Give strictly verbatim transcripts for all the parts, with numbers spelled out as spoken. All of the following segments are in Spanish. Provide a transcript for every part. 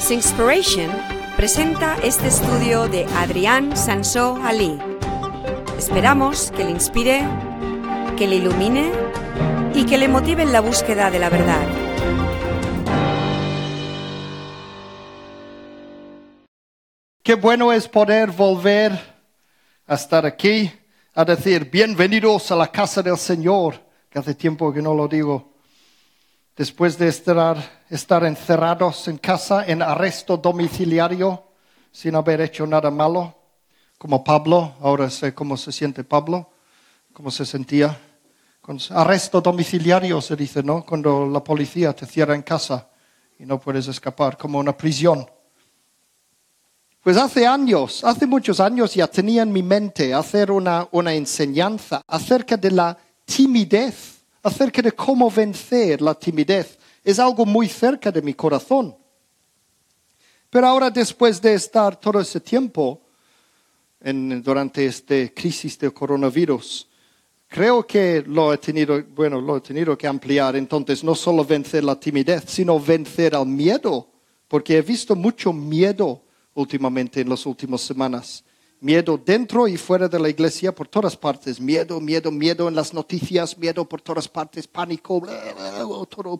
It's Inspiration presenta este estudio de Adrián Sansó Ali. Esperamos que le inspire, que le ilumine y que le motive en la búsqueda de la verdad. Qué bueno es poder volver a estar aquí, a decir bienvenidos a la casa del Señor, que hace tiempo que no lo digo. Después de estar, estar encerrados en casa, en arresto domiciliario, sin haber hecho nada malo, como Pablo, ahora sé cómo se siente Pablo, cómo se sentía. Con arresto domiciliario se dice, ¿no? Cuando la policía te cierra en casa y no puedes escapar, como una prisión. Pues hace años, hace muchos años ya tenía en mi mente hacer una, una enseñanza acerca de la timidez, acerca de cómo vencer la timidez. Es algo muy cerca de mi corazón. Pero ahora, después de estar todo ese tiempo en, durante esta crisis del coronavirus, creo que lo he tenido, bueno, lo he tenido que ampliar. Entonces, no solo vencer la timidez, sino vencer al miedo, porque he visto mucho miedo últimamente en las últimas semanas. Miedo dentro y fuera de la iglesia, por todas partes. Miedo, miedo, miedo en las noticias, miedo por todas partes, pánico, bla, bla, bla, todo.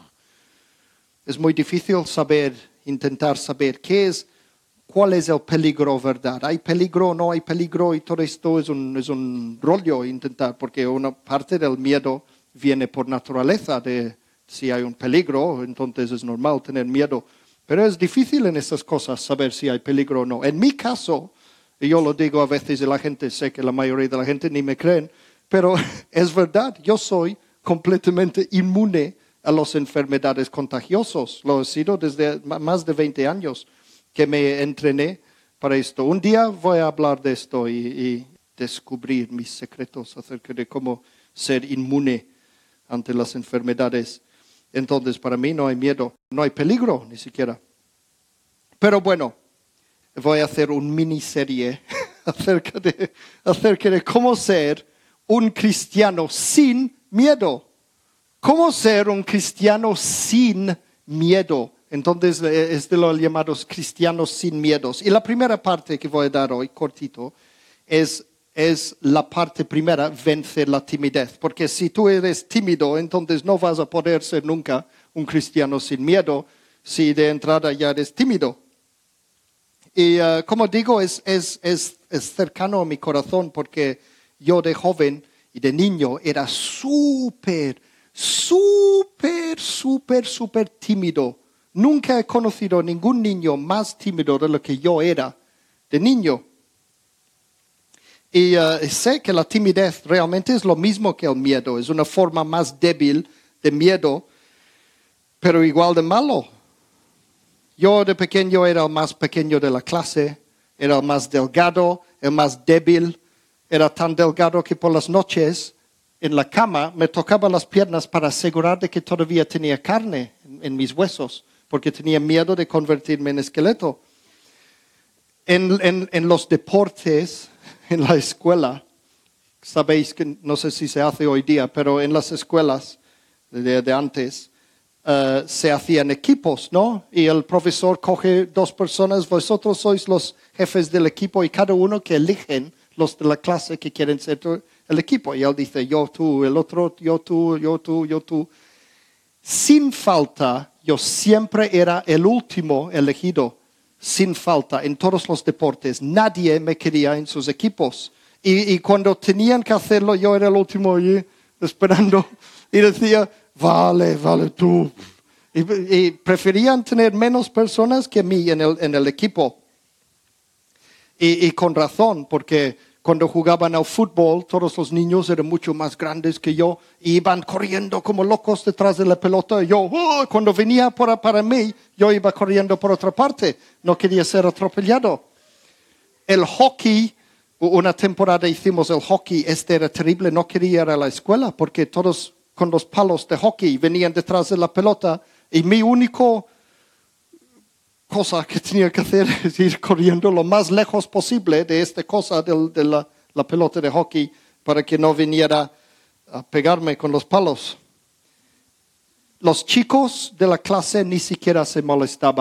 Es muy difícil saber, intentar saber qué es, cuál es el peligro, ¿verdad? ¿Hay peligro o no hay peligro? Y todo esto es un, es un rollo intentar, porque una parte del miedo viene por naturaleza de si hay un peligro, entonces es normal tener miedo. Pero es difícil en estas cosas saber si hay peligro o no. En mi caso, y yo lo digo a veces y la gente, sé que la mayoría de la gente ni me creen, pero es verdad, yo soy completamente inmune a las enfermedades contagiosas. Lo he sido desde más de veinte años que me entrené para esto. Un día voy a hablar de esto y, y descubrir mis secretos acerca de cómo ser inmune ante las enfermedades. Entonces, para mí no hay miedo, no hay peligro ni siquiera. Pero bueno, voy a hacer una miniserie acerca de, acerca de cómo ser un cristiano sin miedo. ¿Cómo ser un cristiano sin miedo? Entonces, es de los llamados cristianos sin miedos. Y la primera parte que voy a dar hoy, cortito, es, es la parte primera, vencer la timidez. Porque si tú eres tímido, entonces no vas a poder ser nunca un cristiano sin miedo si de entrada ya eres tímido. Y uh, como digo, es, es, es, es cercano a mi corazón porque yo de joven y de niño era súper, súper, súper, súper tímido. Nunca he conocido ningún niño más tímido de lo que yo era de niño. Y uh, sé que la timidez realmente es lo mismo que el miedo. Es una forma más débil de miedo, pero igual de malo. Yo de pequeño era el más pequeño de la clase, era el más delgado, el más débil. Era tan delgado que por las noches en la cama me tocaba las piernas para asegurar de que todavía tenía carne en, en mis huesos, porque tenía miedo de convertirme en esqueleto. En, en, en los deportes, en la escuela, sabéis que no sé si se hace hoy día, pero en las escuelas de, de antes, Uh, se hacían equipos, ¿no? Y el profesor coge dos personas, vosotros sois los jefes del equipo y cada uno que eligen los de la clase que quieren ser el equipo. Y él dice, yo, tú, el otro, yo, tú, yo, tú, yo, tú. Sin falta, yo siempre era el último elegido, sin falta, en todos los deportes. Nadie me quería en sus equipos. Y, y cuando tenían que hacerlo, yo era el último allí, esperando, y decía, vale, vale, tú. Y, y preferían tener menos personas que mí en el, en el equipo. Y, y con razón, porque cuando jugaban al fútbol, todos los niños eran mucho más grandes que yo. Y iban corriendo como locos detrás de la pelota. Y yo, oh, cuando venía para, para mí, yo iba corriendo por otra parte. No quería ser atropellado. El hockey, una temporada hicimos el hockey. Este era terrible, no quería ir a la escuela porque todos con los palos de hockey venían detrás de la pelota y mi único cosa que tenía que hacer es ir corriendo lo más lejos posible de esta cosa de, de la, la pelota de hockey para que no viniera a pegarme con los palos. Los chicos de la clase ni siquiera se molestaban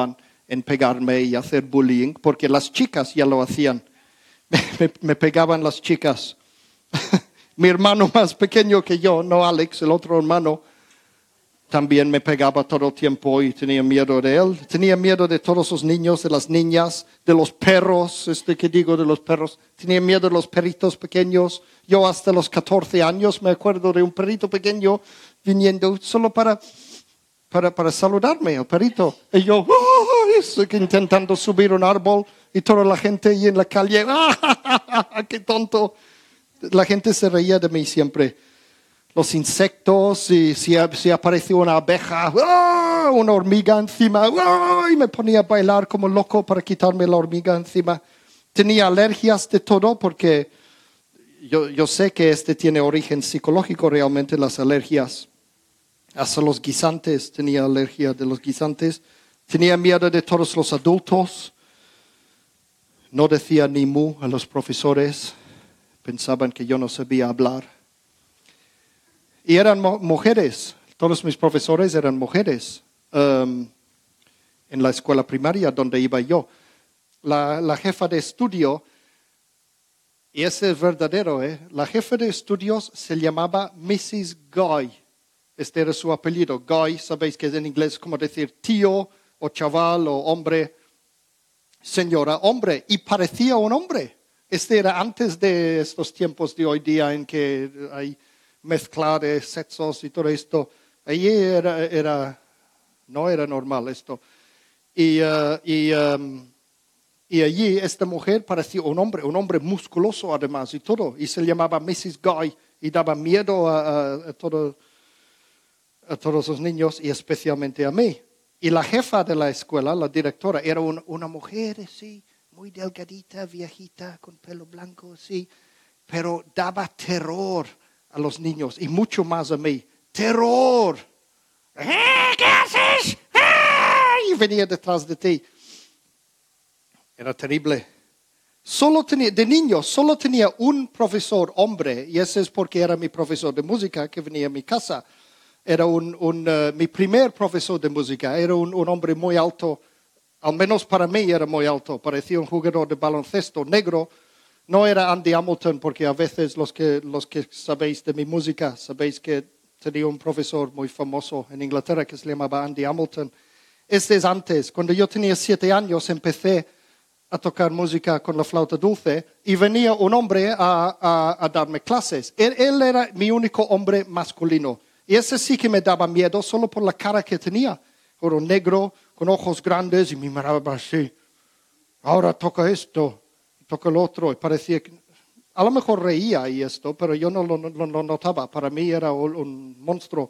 en pegarme y hacer bullying, porque las chicas ya lo hacían. Me, me, me pegaban las chicas. Mi hermano más pequeño que yo, no Alex, el otro hermano, también me pegaba todo el tiempo y tenía miedo de él. Tenía miedo de todos los niños, de las niñas, de los perros, este que digo de los perros. Tenía miedo de los perritos pequeños. Yo hasta los catorce años me acuerdo de un perrito pequeño viniendo solo para, para, para saludarme, el perrito. Y yo, oh, estoy intentando subir un árbol y toda la gente ahí en la calle, ¡ah, qué tonto! La gente se reía de mí siempre. Los insectos, y si, si apareció una abeja, ¡ah! Una hormiga encima, ¡ah! Y me ponía a bailar como loco para quitarme la hormiga encima. Tenía alergias de todo porque yo, yo sé que este tiene origen psicológico realmente, las alergias. Hasta los guisantes, tenía alergia de los guisantes. Tenía miedo de todos los adultos. No decía ni mu a los profesores. Pensaban que yo no sabía hablar. Y eran mujeres, todos mis profesores eran mujeres um, en la escuela primaria donde iba yo. La, la jefa de estudio, y ese es verdadero, ¿eh? La jefa de estudios se llamaba missus Guy. Este era su apellido, Guy, sabéis que es en inglés como decir tío o chaval o hombre, señora, hombre, y parecía un hombre. Este era antes de estos tiempos de hoy día en que hay mezclar de sexos y todo esto. Allí era, era, no era normal esto. Y, uh, y, um, y allí esta mujer parecía un hombre, un hombre musculoso además y todo. Y se llamaba missus Guy y daba miedo a, a, a, todo, a todos los niños y especialmente a mí. Y la jefa de la escuela, la directora, era un, una mujer así, muy delgadita, viejita, con pelo blanco así, pero daba terror a los niños y mucho más a mí. ¡Terror! ¿Eh? ¿Qué haces? ¡Eh! Y venía detrás de ti. Era terrible. Solo tenía, de niño, solo tenía un profesor hombre, y ese es porque era mi profesor de música que venía a mi casa. Era un, un, uh, mi primer profesor de música. Era un, un hombre muy alto, al menos para mí era muy alto. Parecía un jugador de baloncesto negro. No era Andy Hamilton, porque a veces los que, los que sabéis de mi música, sabéis que tenía un profesor muy famoso en Inglaterra que se llamaba Andy Hamilton. Este es antes. Cuando yo tenía siete años empecé a tocar música con la flauta dulce y venía un hombre a, a, a darme clases. Él, él era mi único hombre masculino. Y ese sí que me daba miedo solo por la cara que tenía. Era un negro, con ojos grandes y me miraba así. Ahora toca esto. Toca el otro y parecía que a lo mejor reía y esto, pero yo no lo, no, lo notaba. Para mí era un, un monstruo.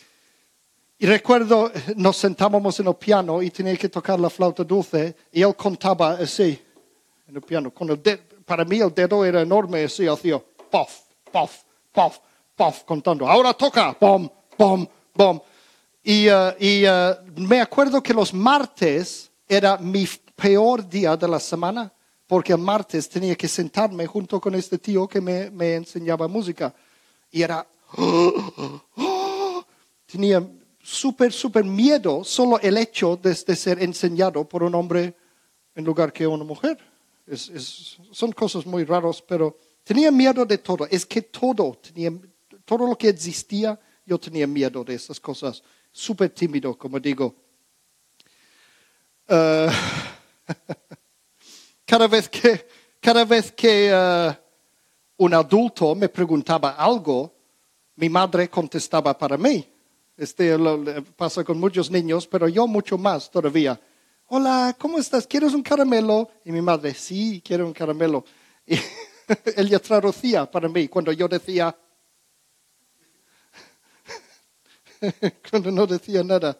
Y recuerdo, nos sentábamos en el piano y tenía que tocar la flauta dulce y él contaba así en el piano. Con el dedo, para mí el dedo era enorme, así hacía puff, puff, puff, puff, contando. Ahora toca, bom, bom, bom. Y, uh, y uh, me acuerdo que los martes era mi peor día de la semana. Porque el martes tenía que sentarme junto con este tío que me, me enseñaba música. Y era... Oh, oh, tenía súper, súper miedo solo el hecho de, de ser enseñado por un hombre en lugar que una mujer. Es, es, son cosas muy raras, pero tenía miedo de todo. Es que todo, tenía, todo lo que existía, yo tenía miedo de esas cosas. Súper tímido, como digo. Uh, Cada vez que, cada vez que uh, un adulto me preguntaba algo, mi madre contestaba para mí. Este lo, lo, pasa con muchos niños, pero yo mucho más todavía. Hola, ¿cómo estás? ¿Quieres un caramelo? Y mi madre, sí, quiero un caramelo. Y ella traducía para mí cuando yo decía, cuando no decía nada.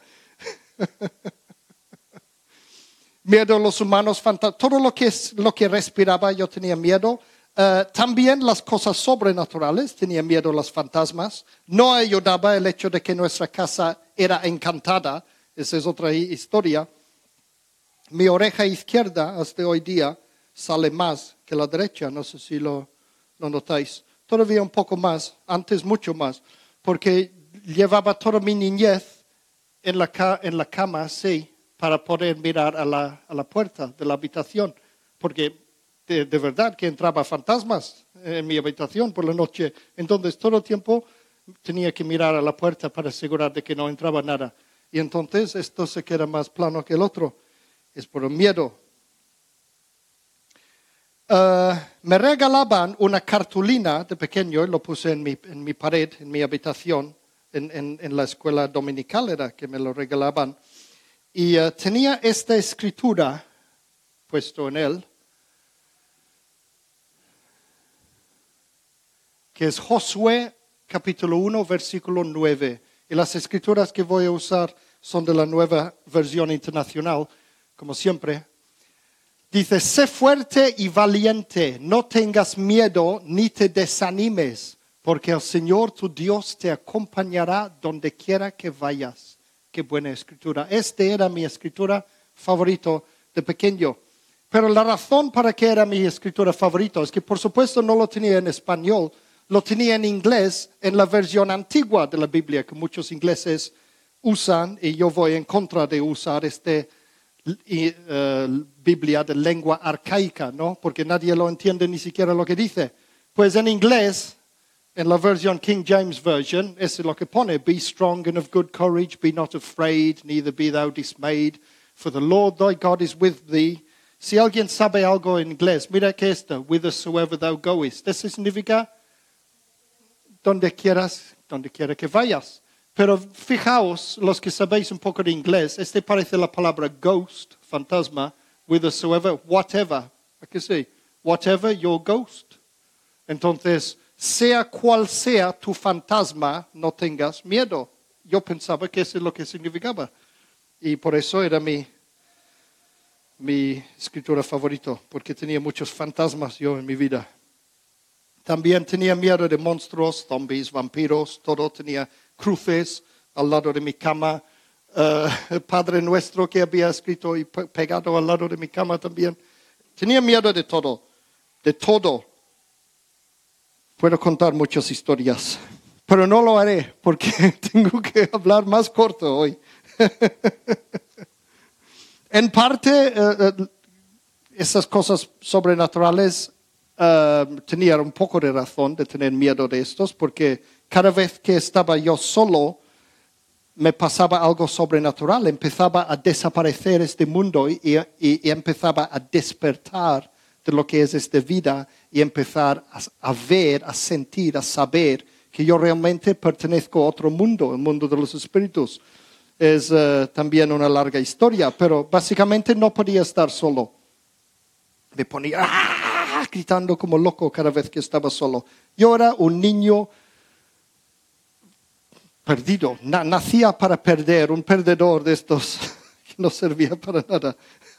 Miedo a los humanos, todo lo que, lo que respiraba yo tenía miedo. Uh, también las cosas sobrenaturales, tenía miedo a los fantasmas. No ayudaba el hecho de que nuestra casa era encantada. Esa es otra historia. Mi oreja izquierda hasta hoy día sale más que la derecha. No sé si lo, lo notáis. Todavía un poco más, antes mucho más. Porque llevaba toda mi niñez en la, ca- en la cama así. para poder mirar a la, a la puerta de la habitación, porque de, de verdad que entraban fantasmas en mi habitación por la noche. Entonces todo el tiempo tenía que mirar a la puerta para asegurar de que no entraba nada. Y entonces esto se queda más plano que el otro. Es por el miedo. Uh, me regalaban una cartulina de pequeño, lo puse en mi, en mi pared, en mi habitación, en, en, en la escuela dominical era que me lo regalaban. Y uh, tenía esta escritura puesto en él, que es Josué capítulo uno, versículo nueve. Y las escrituras que voy a usar son de la nueva versión internacional, como siempre. Dice, sé fuerte y valiente, no tengas miedo ni te desanimes, porque el Señor tu Dios te acompañará donde quiera que vayas. Qué buena escritura. Esta era mi escritura favorito de pequeño. Pero la razón para que era mi escritura favorito es que por supuesto no lo tenía en español, lo tenía en inglés, en la versión antigua de la Biblia, que muchos ingleses usan, y yo voy en contra de usar este Y, uh, Biblia de lengua arcaica, ¿no? Porque nadie lo entiende ni siquiera lo que dice. Pues en inglés, en la versión King James Version, es lo que pone, be strong and of good courage, be not afraid, neither be thou dismayed, for the Lord thy God is with thee. Si alguien sabe algo en inglés, mira que esto, whithersoever thou goest. Eso significa donde quieras, donde quiera que vayas. Pero fijaos, los que sabéis un poco de inglés, este parece la palabra ghost, fantasma, whithersoever, whatever. ¿A qué sí? Whatever your ghost. Entonces, sea cual sea tu fantasma, no tengas miedo. Yo pensaba que eso es lo que significaba. Y por eso era mi, mi escritura favorito, porque tenía muchos fantasmas yo en mi vida. También tenía miedo de monstruos, zombies, vampiros, todo. Tenía cruces al lado de mi cama. Uh, el Padre Nuestro que había escrito y pe- pegado al lado de mi cama también. Tenía miedo de todo, de todo. Puedo contar muchas historias, pero no lo haré porque tengo que hablar más corto hoy. En parte, uh, uh, esas cosas sobrenaturales Uh, tenía un poco de razón de tener miedo de estos, porque cada vez que estaba yo solo, me pasaba algo sobrenatural, empezaba a desaparecer este mundo y, y, y empezaba a despertar de lo que es esta vida y empezar a, a ver, a sentir, a saber que yo realmente pertenezco a otro mundo, el mundo de los espíritus. Es uh, también una larga historia, pero básicamente no podía estar solo. Me ponía ¡ah! gritando como loco cada vez que estaba solo. Yo era un niño perdido, Na- nacía para perder, un perdedor de estos que no servía para nada.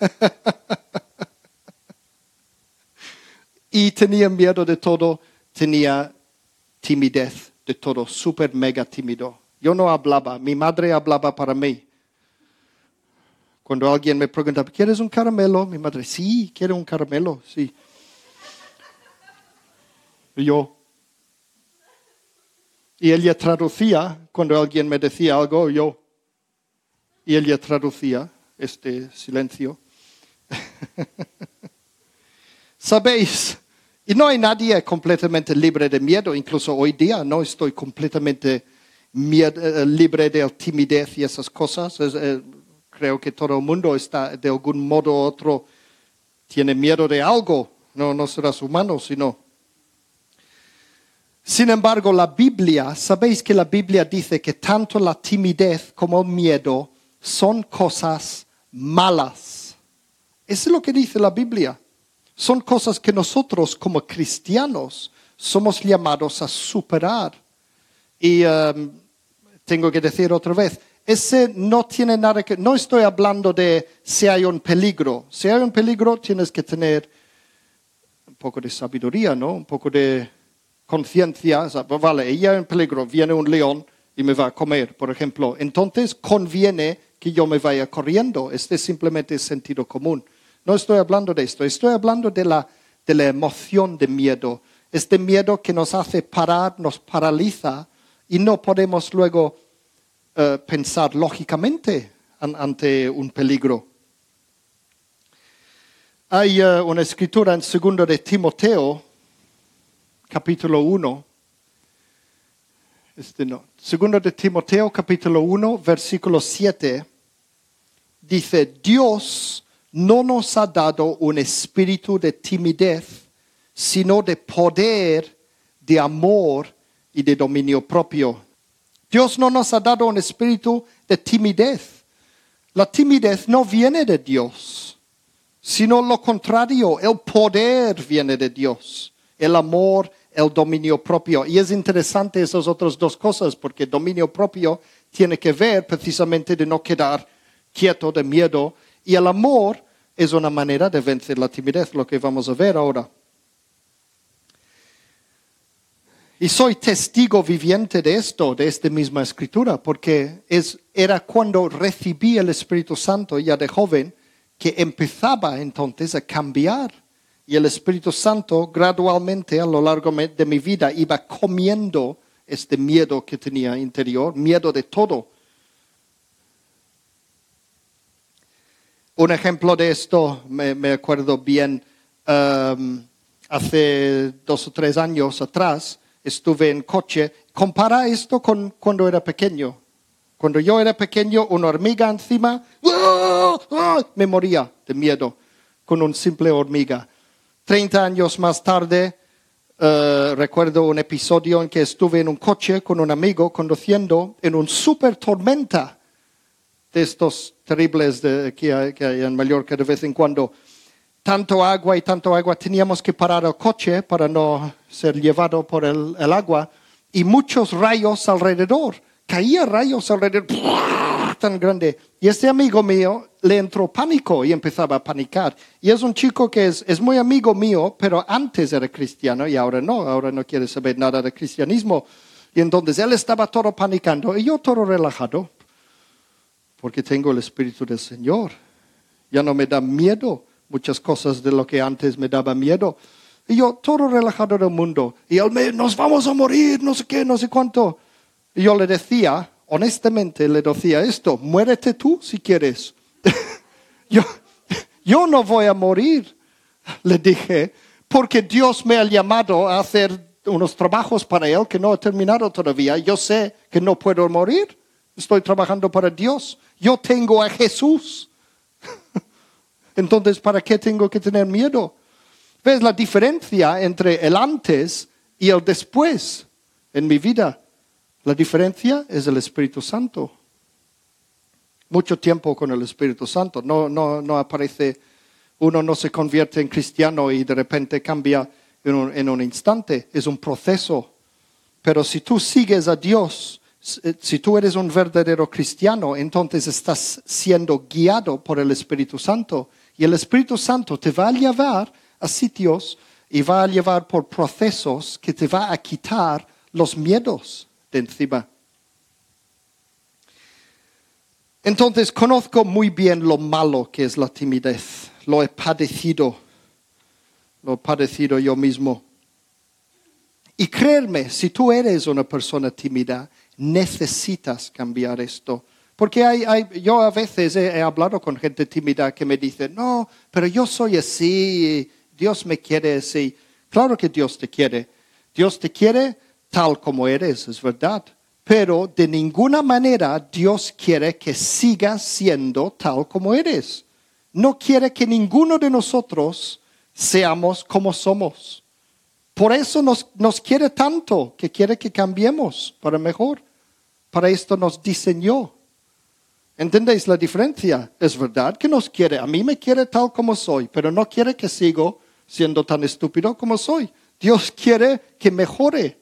Y tenía miedo de todo, tenía timidez de todo, súper mega tímido. Yo no hablaba, mi madre hablaba para mí. Cuando alguien me preguntaba, ¿quieres un caramelo? Mi madre, sí, quiero un caramelo, sí. Y yo. Y ella traducía, cuando alguien me decía algo, yo. Y ella traducía este silencio. ¿Sabéis? Y no hay nadie completamente libre de miedo. Incluso hoy día no estoy completamente miedo, libre de timidez y esas cosas. Es, eh, creo que todo el mundo está, de algún modo u otro, tiene miedo de algo. No, no serás humano, sino... Sin embargo, la Biblia, sabéis que la Biblia dice que tanto la timidez como el miedo son cosas malas. Eso es lo que dice la Biblia. Son cosas que nosotros como cristianos somos llamados a superar. Y um, tengo que decir otra vez, ese no tiene nada que... No estoy hablando de si hay un peligro. Si hay un peligro tienes que tener un poco de sabiduría, ¿no? Un poco de... conciencia, o sea, vale, ella en peligro, viene un león y me va a comer, por ejemplo. Entonces conviene que yo me vaya corriendo. Este es simplemente sentido común. No estoy hablando de esto, estoy hablando de la, de la emoción de miedo. Este miedo que nos hace parar, nos paraliza y no podemos luego uh, pensar lógicamente ante un peligro. Hay uh, una escritura en segundo de Timoteo, capítulo uno. Este no. Segundo de Timoteo, capítulo uno, versículo siete. Dice, Dios no nos ha dado un espíritu de timidez, sino de poder, de amor y de dominio propio. Dios no nos ha dado un espíritu de timidez. La timidez no viene de Dios, sino lo contrario, el poder viene de Dios, el amor, el dominio propio. Y es interesante esas otras dos cosas, porque dominio propio tiene que ver precisamente de no quedar quieto de miedo, y el amor es una manera de vencer la timidez, lo que vamos a ver ahora. Y soy testigo viviente de esto, de esta misma escritura, porque es, era cuando recibí el Espíritu Santo ya de joven, que empezaba entonces a cambiar. Y el Espíritu Santo gradualmente a lo largo de mi vida iba comiendo este miedo que tenía interior, miedo de todo. Un ejemplo de esto, me, me acuerdo bien, um, hace dos o tres años atrás, estuve en coche. Compara esto con cuando era pequeño. Cuando yo era pequeño, una hormiga encima, ¡ah! ¡ah! me moría de miedo con una simple hormiga. Treinta años más tarde, uh, recuerdo un episodio en que estuve en un coche con un amigo conduciendo en un super tormenta de estos terribles de, que, hay, que hay en Mallorca de vez en cuando. Tanto agua y tanto agua, teníamos que parar el coche para no ser llevado por el, el agua, y muchos rayos alrededor. Caía rayos alrededor, tan grande. Y este amigo mío le entró pánico y empezaba a panicar. Y es un chico que es, es muy amigo mío, pero antes era cristiano y ahora no, ahora no quiere saber nada de cristianismo. Y entonces él estaba todo panicando y yo todo relajado, porque tengo el Espíritu del Señor. Ya no me da miedo muchas cosas de lo que antes me daba miedo. Y yo todo relajado del mundo. Y él me, nos vamos a morir, no sé qué, no sé cuánto. Y yo le decía, honestamente le decía esto, muérete tú si quieres. yo, yo no voy a morir, le dije, porque Dios me ha llamado a hacer unos trabajos para Él que no he terminado todavía. Yo sé que no puedo morir, estoy trabajando para Dios. Yo tengo a Jesús. Entonces, ¿para qué tengo que tener miedo? ¿Ves la diferencia entre el antes y el después en mi vida? La diferencia es el Espíritu Santo. Mucho tiempo con el Espíritu Santo. No, no, no aparece, uno no se convierte en cristiano y de repente cambia en un, en un instante. Es un proceso. Pero si tú sigues a Dios, si tú eres un verdadero cristiano, entonces estás siendo guiado por el Espíritu Santo. Y el Espíritu Santo te va a llevar a sitios y va a llevar por procesos que te va a quitar los miedos de encima. Entonces conozco muy bien lo malo que es la timidez. Lo he padecido. Lo he padecido yo mismo. Y créeme, si tú eres una persona tímida, necesitas cambiar esto. Porque hay, hay, yo a veces he, he hablado con gente tímida que me dice, no, pero yo soy así, Dios me quiere así. Claro que Dios te quiere. Dios te quiere tal como eres, es verdad. Pero de ninguna manera Dios quiere que sigas siendo tal como eres. No quiere que ninguno de nosotros seamos como somos. Por eso nos, nos quiere tanto, que quiere que cambiemos para mejor. Para esto nos diseñó. ¿Entendéis la diferencia? Es verdad que nos quiere. A mí me quiere tal como soy, pero no quiere que sigo siendo tan estúpido como soy. Dios quiere que mejore.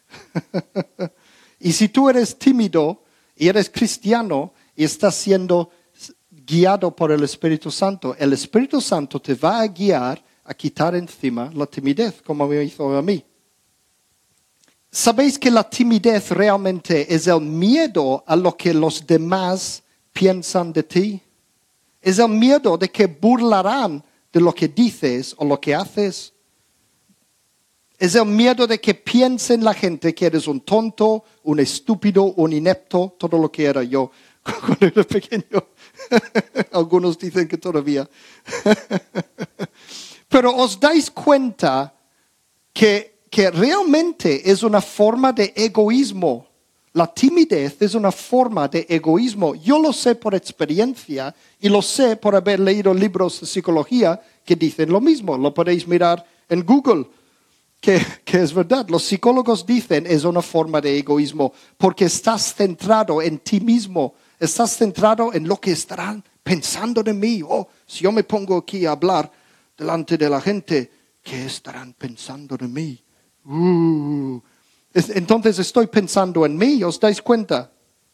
Y si tú eres tímido y eres cristiano y estás siendo guiado por el Espíritu Santo, el Espíritu Santo te va a guiar a quitar encima la timidez, como me hizo a mí. ¿Sabéis que la timidez realmente es el miedo a lo que los demás piensan de ti? Es el miedo de que burlarán de lo que dices o lo que haces. Es el miedo de que piensen la gente que eres un tonto, un estúpido, un inepto, todo lo que era yo cuando era pequeño. Algunos dicen que todavía. Pero os dais cuenta que, que realmente es una forma de egoísmo. La timidez es una forma de egoísmo. Yo lo sé por experiencia y lo sé por haber leído libros de psicología que dicen lo mismo. Lo podéis mirar en Google, que, que es verdad. Los psicólogos dicen es una forma de egoísmo porque estás centrado en ti mismo. Estás centrado en lo que estarán pensando de mí. Oh, si yo me pongo aquí a hablar delante de la gente, ¿qué estarán pensando de mí? Uh, entonces estoy pensando en mí, ¿os dais cuenta?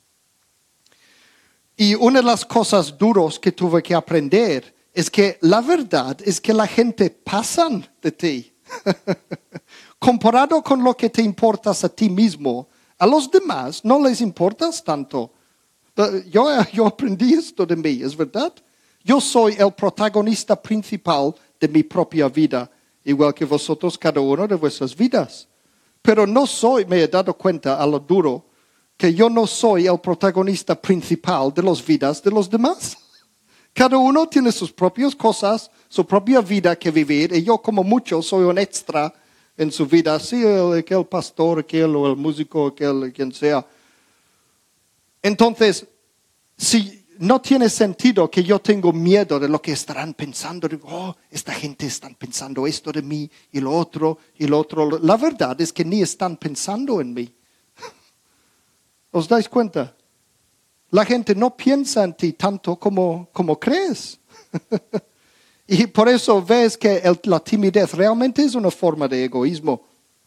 Y una de las cosas duras que tuve que aprender es que la verdad es que la gente pasa de ti. Comparado con lo que te importas a ti mismo, a los demás no les importas tanto. Yo, yo aprendí esto de mí, ¿es verdad? Yo soy el protagonista principal de mi propia vida, igual que vosotros, cada uno de vuestras vidas. Pero no soy, me he dado cuenta a lo duro, que yo no soy el protagonista principal de las vidas de los demás. Cada uno tiene sus propias cosas, su propia vida que vivir, y yo como mucho soy un extra en su vida, sí, el, aquel pastor, aquel, o el músico, aquel, quien sea. Entonces, si no tiene sentido que yo tengo miedo de lo que estarán pensando, oh, esta gente está pensando esto de mí y lo otro y lo otro. La verdad es que ni están pensando en mí. ¿Os dais cuenta? La gente no piensa en ti tanto como, como crees. Y por eso ves que el, la timidez realmente es una forma de egoísmo.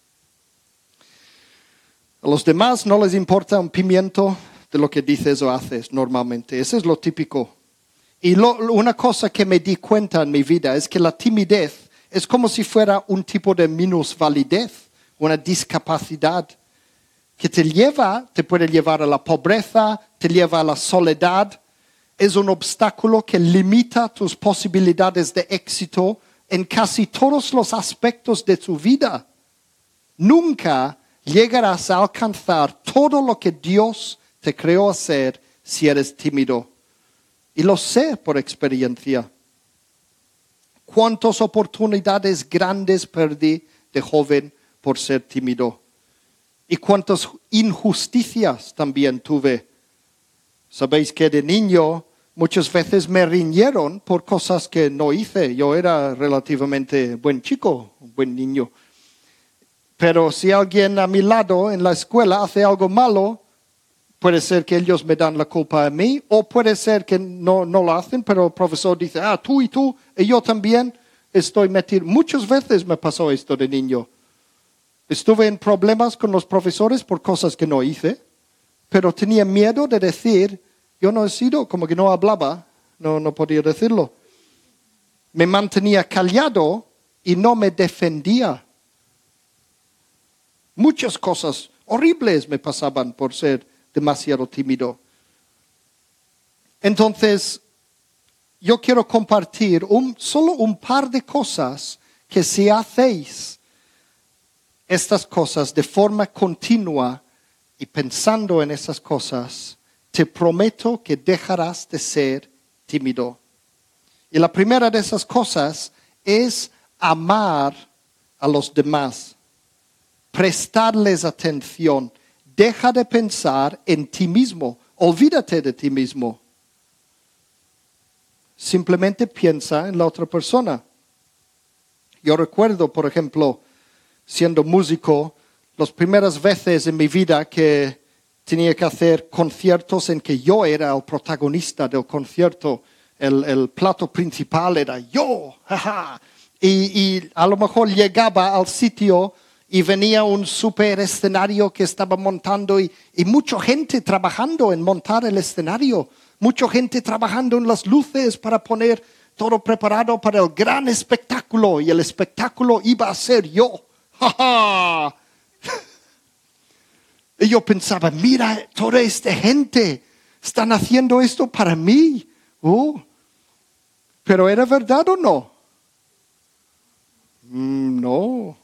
A los demás no les importa un pimiento de lo que dices o haces normalmente. Eso es lo típico. Y lo, una cosa que me di cuenta en mi vida es que la timidez es como si fuera un tipo de minusvalidez, una discapacidad que te lleva, te puede llevar a la pobreza, te lleva a la soledad. Es un obstáculo que limita tus posibilidades de éxito en casi todos los aspectos de tu vida. Nunca llegarás a alcanzar todo lo que Dios te creó hacer si eres tímido. Y lo sé por experiencia. Cuántas oportunidades grandes perdí de joven por ser tímido. Y cuántas injusticias también tuve. Sabéis que de niño muchas veces me riñeron por cosas que no hice. Yo era relativamente buen chico, buen niño. Pero si alguien a mi lado en la escuela hace algo malo, puede ser que ellos me dan la culpa a mí, o puede ser que no, no lo hacen, pero el profesor dice, ah, tú y tú, y yo también estoy metido. Muchas veces me pasó esto de niño. Estuve en problemas con los profesores por cosas que no hice, pero tenía miedo de decir, yo no he sido, como que no hablaba, no, no podía decirlo. Me mantenía callado y no me defendía. Muchas cosas horribles me pasaban por ser demasiado tímido. Entonces, yo quiero compartir un, solo un par de cosas que si hacéis estas cosas de forma continua y pensando en esas cosas, te prometo que dejarás de ser tímido. Y la primera de esas cosas es amar a los demás, prestarles atención. Deja de pensar en ti mismo, olvídate de ti mismo. Simplemente piensa en la otra persona. Yo recuerdo, por ejemplo, siendo músico, las primeras veces en mi vida que tenía que hacer conciertos en que yo era el protagonista del concierto, el, el plato principal era yo, jaja. Y, y a lo mejor llegaba al sitio y venía un super escenario que estaba montando y, y mucha gente trabajando en montar el escenario, mucha gente trabajando en las luces para poner todo preparado para el gran espectáculo, y el espectáculo iba a ser yo. ¡Ja, ja! Y yo pensaba, mira, toda esta gente están haciendo esto para mí. Uh, ¿Pero era verdad o no? Mm, no.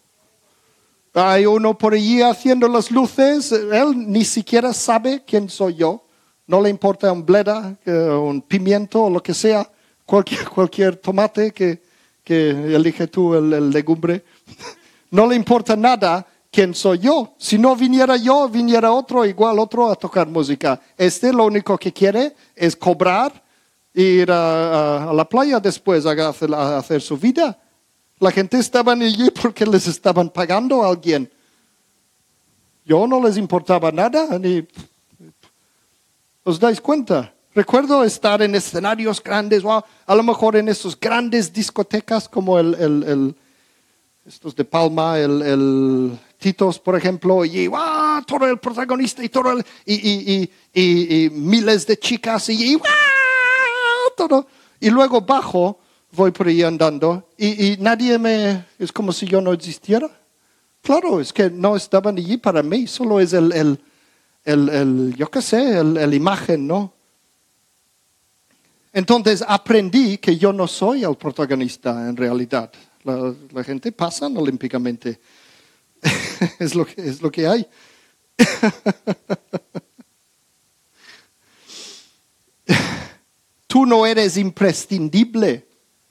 Hay uno por allí haciendo las luces, él ni siquiera sabe quién soy yo. no le importa un bleda, eh, un pimiento o lo que sea, cualquier, cualquier tomate que, que elige tú el, el legumbre. No le importa nada quién soy yo. Si no viniera yo, viniera otro, igual otro a tocar música. Este lo único que quiere es cobrar, ir a, a, a la playa después a hacer, a hacer su vida. La gente estaba allí porque les estaban pagando a alguien. Yo no les importaba nada. Ni... ¿Os dais cuenta? Recuerdo estar en escenarios grandes, wow, a lo mejor en esos grandes discotecas como el... el, el estos de Palma, el, el Titos, por ejemplo, y ¡wow! Todo el protagonista y todo el, y, y, y, y, y miles de chicas y, y ¡wow! Todo. Y luego bajo, voy por ahí andando y, y nadie me, es como si yo no existiera. Claro, es que no estaban allí para mí, solo es el, el, el, el yo qué sé, el, el imagen, ¿no? Entonces aprendí que yo no soy el protagonista en realidad. La, la gente pasa olímpicamente. es, lo que, es lo que hay. Tú no eres imprescindible.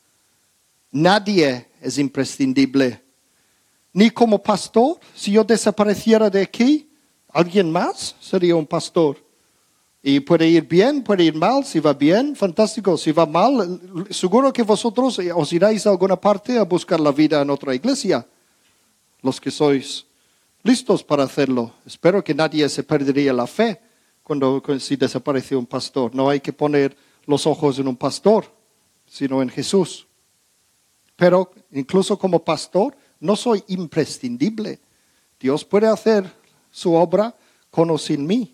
Nadie es imprescindible. Ni como pastor. Si yo desapareciera de aquí, alguien más sería un pastor. Y puede ir bien, puede ir mal. Si va bien, fantástico. Si va mal, seguro que vosotros os iráis a alguna parte a buscar la vida en otra iglesia. Los que sois listos para hacerlo. Espero que nadie se perdería la fe cuando si desaparece un pastor. No hay que poner los ojos en un pastor, sino en Jesús. Pero incluso como pastor, no soy imprescindible. Dios puede hacer su obra con o sin mí.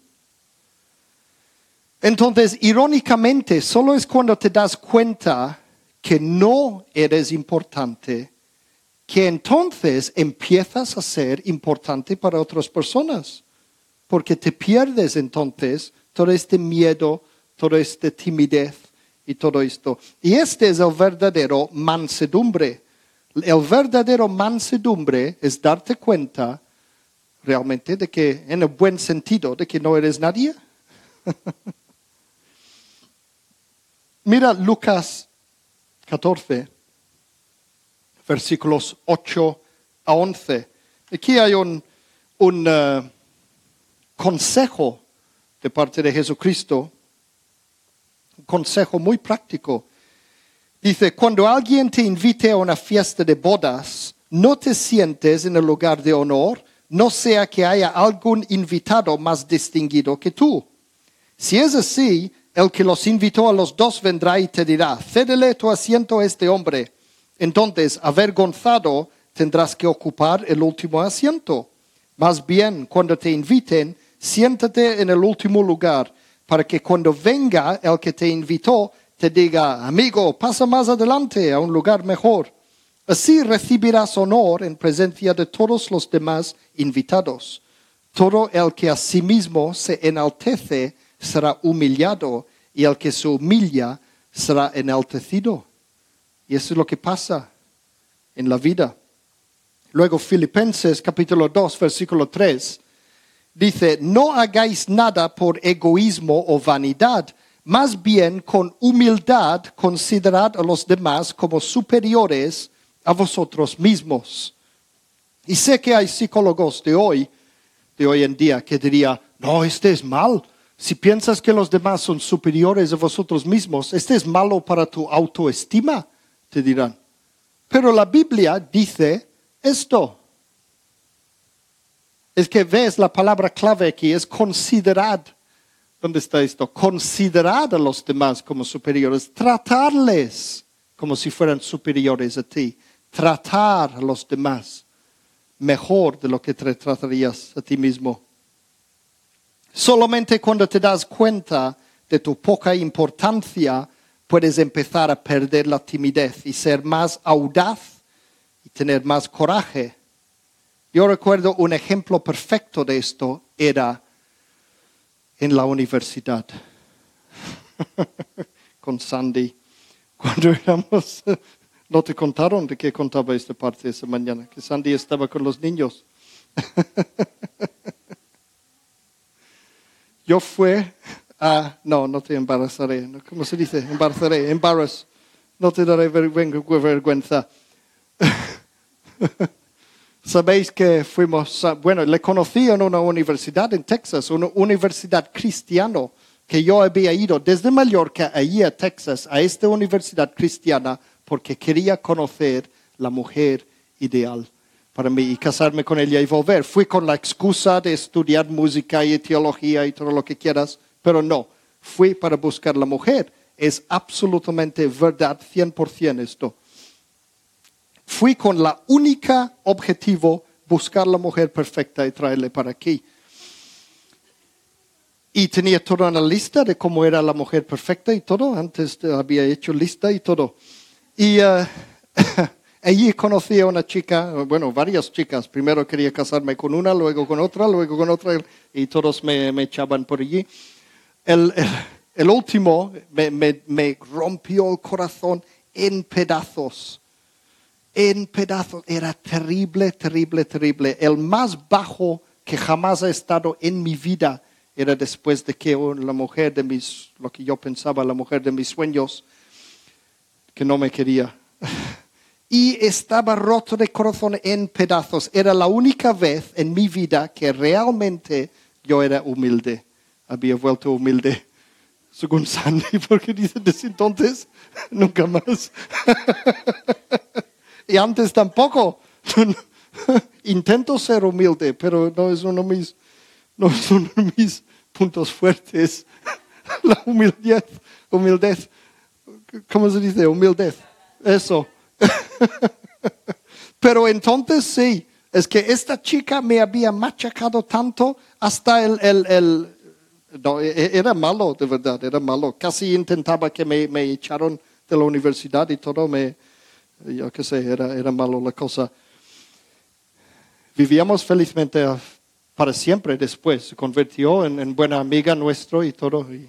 Entonces, irónicamente, solo es cuando te das cuenta que no eres importante, que entonces empiezas a ser importante para otras personas. Porque te pierdes entonces todo este miedo, toda esta timidez y todo esto. Y este es el verdadero mansedumbre. El verdadero mansedumbre es darte cuenta realmente de que, en el buen sentido, de que no eres nadie. Mira Lucas catorce, versículos ocho a once. Aquí hay un, un uh, consejo de parte de Jesucristo, un consejo muy práctico. Dice, cuando alguien te invite a una fiesta de bodas, no te sientes en el lugar de honor, no sea que haya algún invitado más distinguido que tú. Si es así, el que los invitó a los dos vendrá y te dirá, cédele tu asiento a este hombre. Entonces, avergonzado, tendrás que ocupar el último asiento. Más bien, cuando te inviten, siéntate en el último lugar, para que cuando venga el que te invitó, te diga, amigo, pasa más adelante a un lugar mejor. Así recibirás honor en presencia de todos los demás invitados. Todo el que a sí mismo se enaltece será humillado, y el que se humilla será enaltecido. Y eso es lo que pasa en la vida. Luego Filipenses capítulo dos, versículo tres, dice, no hagáis nada por egoísmo o vanidad, más bien con humildad considerad a los demás como superiores a vosotros mismos. Y sé que hay psicólogos de hoy, de hoy en día, que dirían, no, este es mal. Si piensas que los demás son superiores a vosotros mismos, este es malo para tu autoestima, te dirán. Pero la Biblia dice esto. Es que ves la palabra clave aquí, es considerad. ¿Dónde está esto? Considerad a los demás como superiores. Tratarles como si fueran superiores a ti. Tratar a los demás mejor de lo que te tratarías a ti mismo. Solamente cuando te das cuenta de tu poca importancia, puedes empezar a perder la timidez y ser más audaz y tener más coraje. Yo recuerdo un ejemplo perfecto de esto era en la universidad con Sandy. Cuando éramos, no te contaron de qué contaba esta parte esa mañana, que Sandy estaba con los niños. Yo fui Ah, no, no te embarazaré. ¿Cómo se dice? Embarazaré, embarrass. No te daré vergüenza. Sabéis que fuimos, bueno, le conocí en una universidad en Texas, una universidad cristiana, que yo había ido desde Mallorca allí a Texas, a esta universidad cristiana, porque quería conocer la mujer ideal para mí y casarme con ella y volver. Fui con la excusa de estudiar música y teología y todo lo que quieras, pero no, fui para buscar la mujer. Es absolutamente verdad, cien por ciento esto. Fui con la única objetivo, buscar la mujer perfecta y traerle para aquí. Y tenía toda una lista de cómo era la mujer perfecta y todo. Antes había hecho lista y todo. Y uh, allí conocí a una chica, bueno, varias chicas. Primero quería casarme con una, luego con otra, luego con otra. Y todos me, me echaban por allí. El, el, el último me, me, me rompió el corazón en pedazos. En pedazos. Era terrible, terrible, terrible. El más bajo que jamás he estado en mi vida era después de que la mujer de mis, lo que yo pensaba, la mujer de mis sueños, que no me quería. Y estaba roto de corazón en pedazos. Era la única vez en mi vida que realmente yo era humilde. Había vuelto humilde, según Sandy, porque dice desde entonces, nunca más. Y antes tampoco. Intento ser humilde, pero no es uno de mis, no es uno de mis puntos fuertes. La humildad, humildad. ¿Cómo se dice? Humildad. Eso. Pero entonces sí, es que esta chica me había machacado tanto hasta el... el, el no, era malo, de verdad, era malo. Casi intentaba que me, me echaron de la universidad y todo me... Yo qué sé, era, era malo la cosa. Vivíamos felizmente para siempre después. Se convirtió en, en buena amiga nuestro y todo. Y...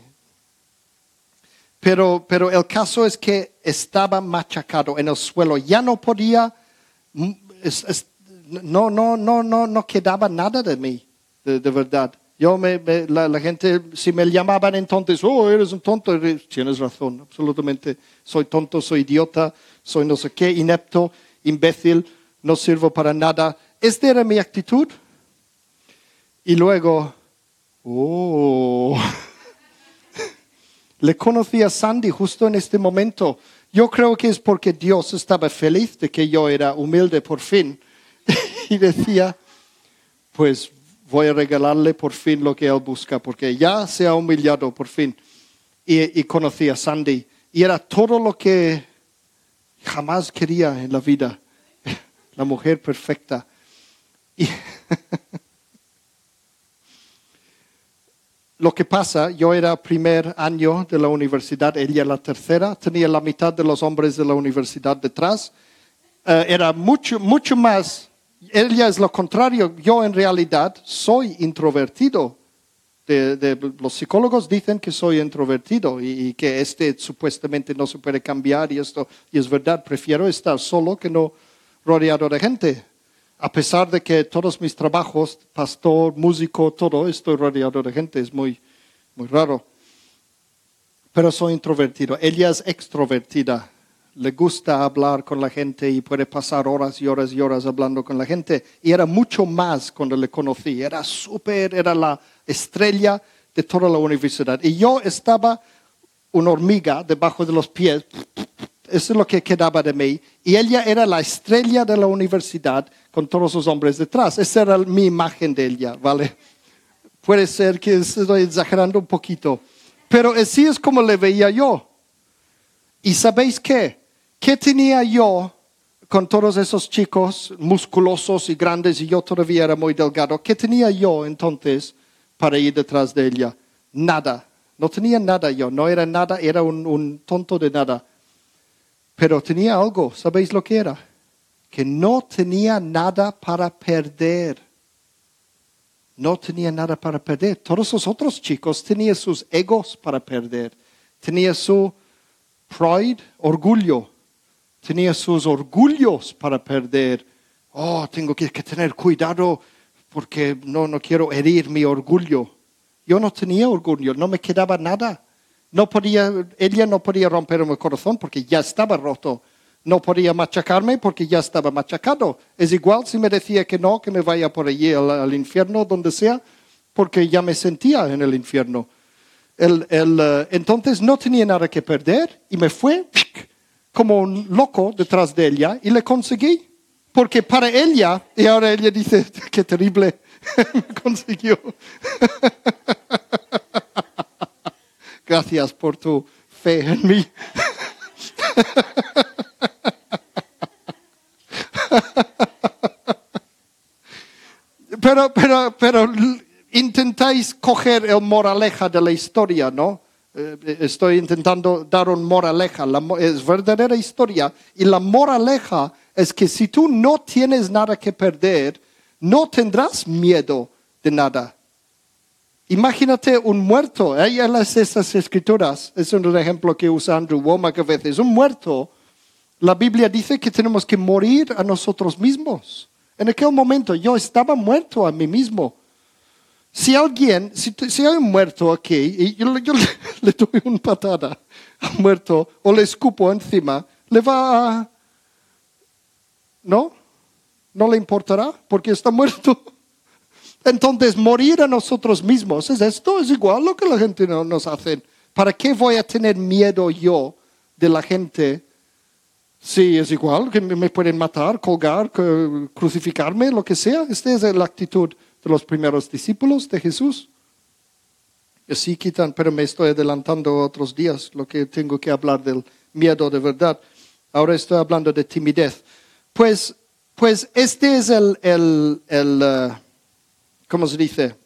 Pero, pero el caso es que estaba machacado en el suelo. Ya no podía, es, es, no, no, no, no, no quedaba nada de mí, de, de verdad. Yo me, me, la, la gente, si me llamaban entonces, oh, eres un tonto, tienes razón, absolutamente. Soy tonto, soy idiota, soy no sé qué, inepto, imbécil, no sirvo para nada. Esta era mi actitud. Y luego, oh, le conocí a Sandy justo en este momento. Yo creo que es porque Dios estaba feliz de que yo era humilde por fin. Y decía, pues voy a regalarle por fin lo que él busca, porque ya se ha humillado por fin. Y, y conocí a Sandy. Y era todo lo que jamás quería en la vida. La mujer perfecta. Y lo que pasa, yo era primer año de la universidad, ella la tercera, tenía la mitad de los hombres de la universidad detrás. Uh, era mucho, mucho más, ella es lo contrario, yo en realidad soy introvertido. De, de, los psicólogos dicen que soy introvertido y, y que este supuestamente no se puede cambiar y esto, y es verdad, prefiero estar solo que no rodeado de gente. A pesar de que todos mis trabajos, pastor, músico, todo, estoy rodeado de gente, es muy, muy raro. Pero soy introvertido. Ella es extrovertida. Le gusta hablar con la gente y puede pasar horas y horas y horas hablando con la gente. Y era mucho más cuando le conocí. Era súper, era la estrella de toda la universidad. Y yo estaba una hormiga debajo de los pies. Eso es lo que quedaba de mí. Y ella era la estrella de la universidad con todos los hombres detrás. Esa era mi imagen de ella, ¿vale? Puede ser que estoy exagerando un poquito. Pero así es como le veía yo. ¿Y sabéis qué? ¿Qué tenía yo con todos esos chicos musculosos y grandes y yo todavía era muy delgado? ¿Qué tenía yo entonces para ir detrás de ella? Nada. No tenía nada yo. No era nada, era un, un tonto de nada. Pero tenía algo, ¿sabéis lo que era? Que no tenía nada para perder. No tenía nada para perder. Todos los otros chicos tenían sus egos para perder. Tenía su pride, orgullo. Tenía sus orgullos para perder. Oh, tengo que, que tener cuidado porque no, no quiero herir mi orgullo. Yo no tenía orgullo, no me quedaba nada. No podía, ella no podía romperme el corazón porque ya estaba roto. No podía machacarme porque ya estaba machacado. Es igual si me decía que no, que me vaya por allí al, al infierno, donde sea, porque ya me sentía en el infierno. El, el, uh, entonces no tenía nada que perder y me fue como un loco detrás de ella y le conseguí. Porque para ella, y ahora ella dice, qué terrible, me consiguió. Gracias por tu fe en mí. Pero, pero, pero intentáis coger el moraleja de la historia, ¿no? Eh, estoy intentando dar un moraleja. La, es verdadera historia. Y la moraleja es que si tú no tienes nada que perder, no tendrás miedo de nada. Imagínate un muerto. Hay en las, estas escrituras, es un ejemplo que usa Andrew Wommack a veces. Un muerto, la Biblia dice que tenemos que morir a nosotros mismos. En aquel momento yo estaba muerto a mí mismo. Si alguien, si, si hay un muerto aquí y yo, yo le, le doy una patada al muerto o le escupo encima, le va a... ¿No? ¿No le importará porque está muerto? Entonces, morir a nosotros mismos, ¿es esto? Es igual lo que la gente no, nos hace. ¿Para qué voy a tener miedo yo de la gente? Sí, es igual, que me pueden matar, colgar, crucificarme, lo que sea. Esta es la actitud de los primeros discípulos de Jesús. Y así quitan, pero me estoy adelantando otros días, lo que tengo que hablar del miedo de verdad. Ahora estoy hablando de timidez. Pues, pues este es el, el, el uh, ¿cómo se dice?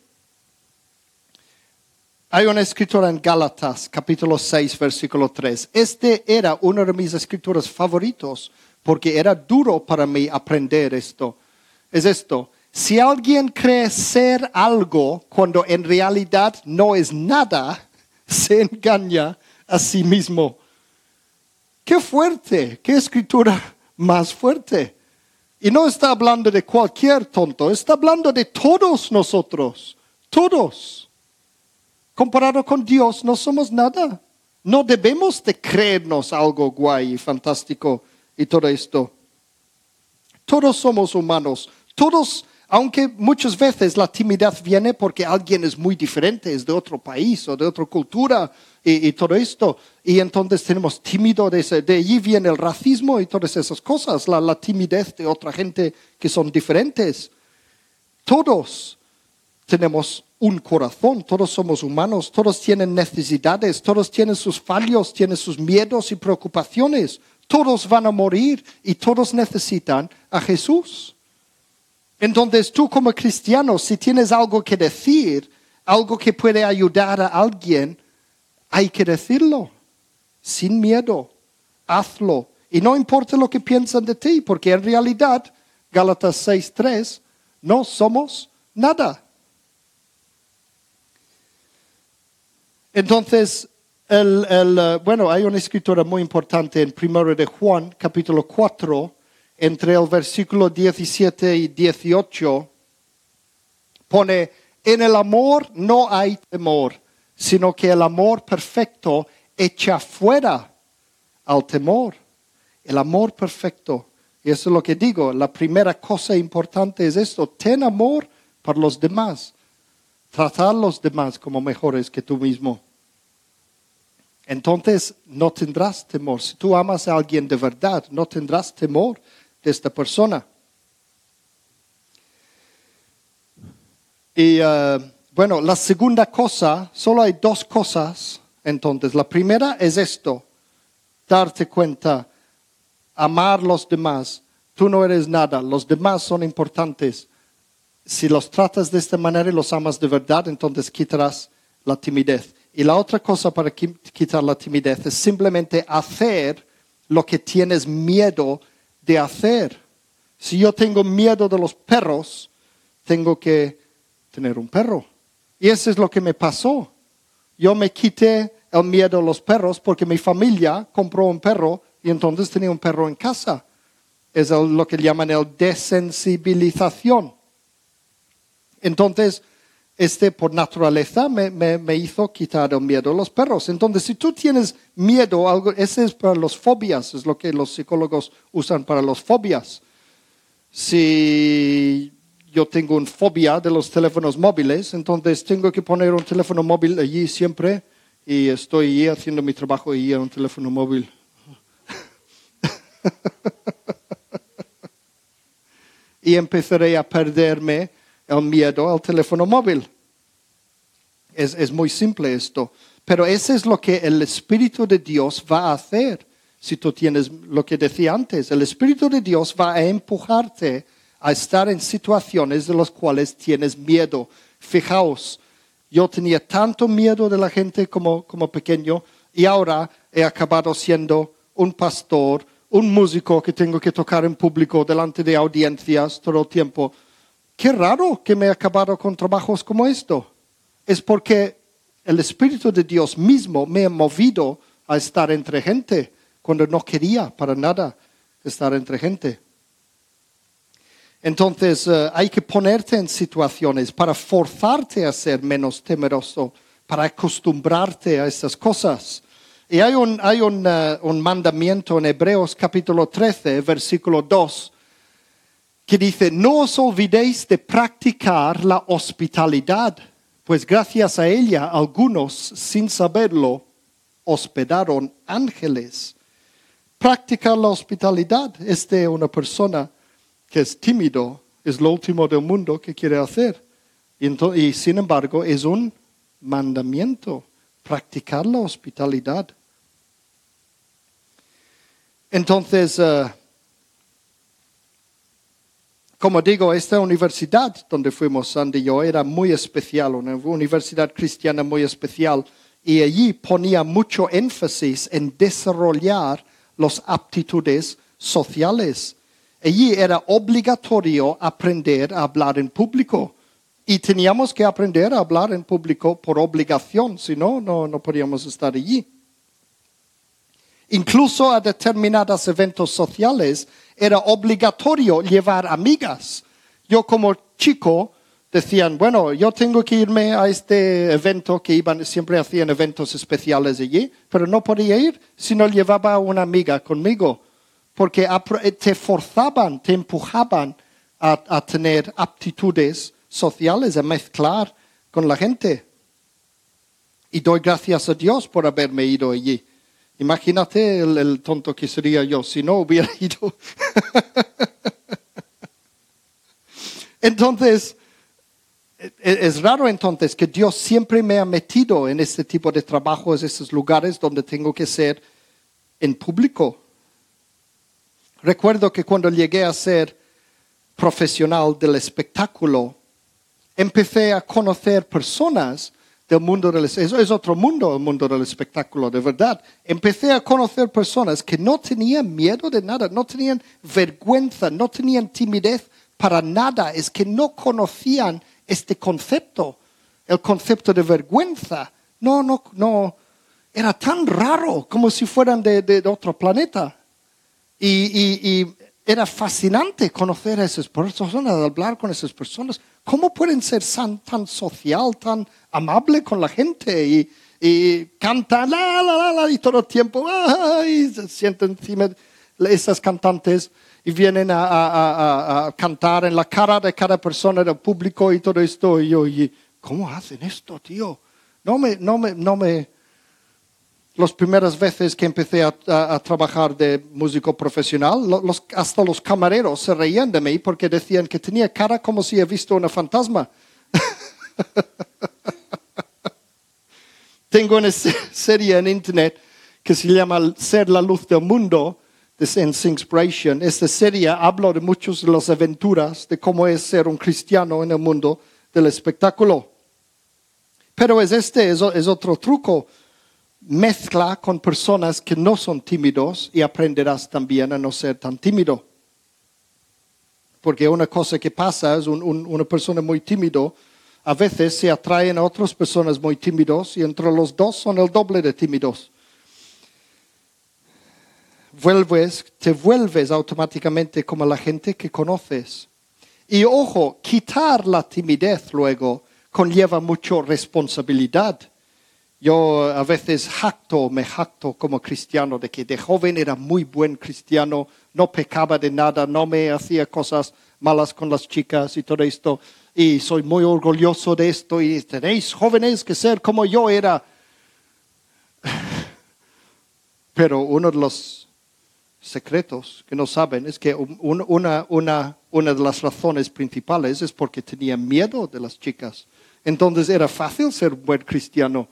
Hay una escritura en Gálatas, capítulo seis, versículo tres. Este era uno de mis escrituras favoritos, porque era duro para mí aprender esto. Es esto. Si alguien cree ser algo cuando en realidad no es nada, se engaña a sí mismo. ¡Qué fuerte! ¡Qué escritura más fuerte! Y no está hablando de cualquier tonto, está hablando de todos nosotros, todos. Comparado con Dios no somos nada. No debemos de creernos algo guay y fantástico y todo esto. Todos somos humanos, todos. Aunque muchas veces la timidez viene porque alguien es muy diferente, es de otro país o de otra cultura y, y todo esto. Y entonces tenemos tímido, de, ese, de allí viene el racismo y todas esas cosas, la, la timidez de otra gente que son diferentes. Todos tenemos un corazón, todos somos humanos, todos tienen necesidades, todos tienen sus fallos, tienen sus miedos y preocupaciones. Todos van a morir y todos necesitan a Jesús. Entonces tú como cristiano, si tienes algo que decir, algo que puede ayudar a alguien, hay que decirlo, sin miedo, hazlo. Y no importa lo que piensan de ti, porque en realidad, Gálatas seis tres, no somos nada. Entonces, el, el, uh, bueno, hay una escritura muy importante en primero de Juan, capítulo cuatro, entre el versículo diecisiete y dieciocho, pone, en el amor no hay temor, sino que el amor perfecto echa fuera al temor. El amor perfecto. Y eso es lo que digo, la primera cosa importante es esto, ten amor por los demás. Tratar a los demás como mejores que tú mismo. Entonces no tendrás temor. Si tú amas a alguien de verdad, no tendrás temor de esta persona. Y uh, bueno, la segunda cosa, solo hay dos cosas. Entonces, la primera es esto, darte cuenta, amar a los demás. Tú no eres nada, los demás son importantes. Si los tratas de esta manera y los amas de verdad, entonces quitarás la timidez. Y la otra cosa para quitar la timidez es simplemente hacer lo que tienes miedo de hacer. Si yo tengo miedo de los perros, tengo que tener un perro. Y eso es lo que me pasó. Yo me quité el miedo a los perros porque mi familia compró un perro y entonces tenía un perro en casa. Es el, lo que llaman el desensibilización. Entonces, este por naturaleza me, me, me hizo quitar el miedo a los perros. Entonces, si tú tienes miedo, algo, ese es para los fobias, es lo que los psicólogos usan para los fobias. Si yo tengo una fobia de los teléfonos móviles, entonces tengo que poner un teléfono móvil allí siempre y estoy allí haciendo mi trabajo y un teléfono móvil. Y empezaré a perderme el miedo al teléfono móvil. Es, es muy simple esto. Pero eso es lo que el Espíritu de Dios va a hacer. Si tú tienes lo que decía antes, el Espíritu de Dios va a empujarte a estar en situaciones de las cuales tienes miedo. Fijaos, yo tenía tanto miedo de la gente como, como pequeño y ahora he acabado siendo un pastor, un músico que tengo que tocar en público delante de audiencias todo el tiempo. Qué raro que me he acabado con trabajos como esto. Es porque el Espíritu de Dios mismo me ha movido a estar entre gente cuando no quería para nada estar entre gente. Entonces uh, hay que ponerte en situaciones para forzarte a ser menos temeroso, para acostumbrarte a esas cosas. Y hay un, hay un, uh, un mandamiento en Hebreos capítulo trece, versículo dos, que dice, no os olvidéis de practicar la hospitalidad, pues gracias a ella algunos, sin saberlo, hospedaron ángeles. Practicar la hospitalidad es de una persona que es tímido, es lo último del mundo que quiere hacer. Y, entonces, y sin embargo es un mandamiento, practicar la hospitalidad. Entonces, uh, como digo, esta universidad donde fuimos, Sandy y yo, era muy especial, una universidad cristiana muy especial. Y allí ponía mucho énfasis en desarrollar las aptitudes sociales. Allí era obligatorio aprender a hablar en público. Y teníamos que aprender a hablar en público por obligación, si no, no, no podíamos estar allí. Incluso a determinados eventos sociales era obligatorio llevar amigas. Yo como chico decían, bueno, yo tengo que irme a este evento que iban, siempre hacían eventos especiales allí, pero no podía ir si no llevaba a una amiga conmigo, porque te forzaban, te empujaban a, a tener aptitudes sociales, a mezclar con la gente. Y doy gracias a Dios por haberme ido allí. Imagínate el, el tonto que sería yo si no hubiera ido. Entonces, es raro entonces que Dios siempre me ha metido en este tipo de trabajos, esos lugares donde tengo que ser en público. Recuerdo que cuando llegué a ser profesional del espectáculo, empecé a conocer personas del mundo del espectáculo. Eso es otro mundo, el mundo del espectáculo, de verdad. Empecé a conocer personas que no tenían miedo de nada, no tenían vergüenza, no tenían timidez para nada. Es que no conocían este concepto, el concepto de vergüenza. No, no, no. Era tan raro, como si fueran de, de, de otro planeta. Y, y, y era fascinante conocer a esas personas, hablar con esas personas. ¿Cómo pueden ser tan, tan social, tan amable con la gente? Y, y cantan, la, la, la, la, y todo el tiempo, ah, y se sienten encima de esas cantantes y vienen a, a, a, a cantar en la cara de cada persona del público y todo esto. Y yo, y, ¿cómo hacen esto, tío? No me, no me, no me... Las primeras veces que empecé a, a, a trabajar de músico profesional, los, hasta los camareros se reían de mí porque decían que tenía cara como si he visto una fantasma. Tengo una serie en internet que se llama Ser la luz del mundo, en Singspiration. Esta serie habla de muchas de las aventuras de cómo es ser un cristiano en el mundo del espectáculo. Pero es este, es, es otro truco. Mezcla con personas que no son tímidos y aprenderás también a no ser tan tímido. Porque una cosa que pasa es un, un, una persona muy tímido, a veces se atraen a otras personas muy tímidos y entre los dos son el doble de tímidos. Vuelves, te vuelves automáticamente como la gente que conoces. Y ojo, quitar la timidez luego conlleva mucha responsabilidad. Yo a veces jacto, me jacto como cristiano de que de joven era muy buen cristiano, no pecaba de nada, no me hacía cosas malas con las chicas y todo esto. Y soy muy orgulloso de esto y tenéis jóvenes que ser como yo era. Pero uno de los secretos que no saben es que un, una, una, una de las razones principales es porque tenía miedo de las chicas. Entonces era fácil ser un buen cristiano.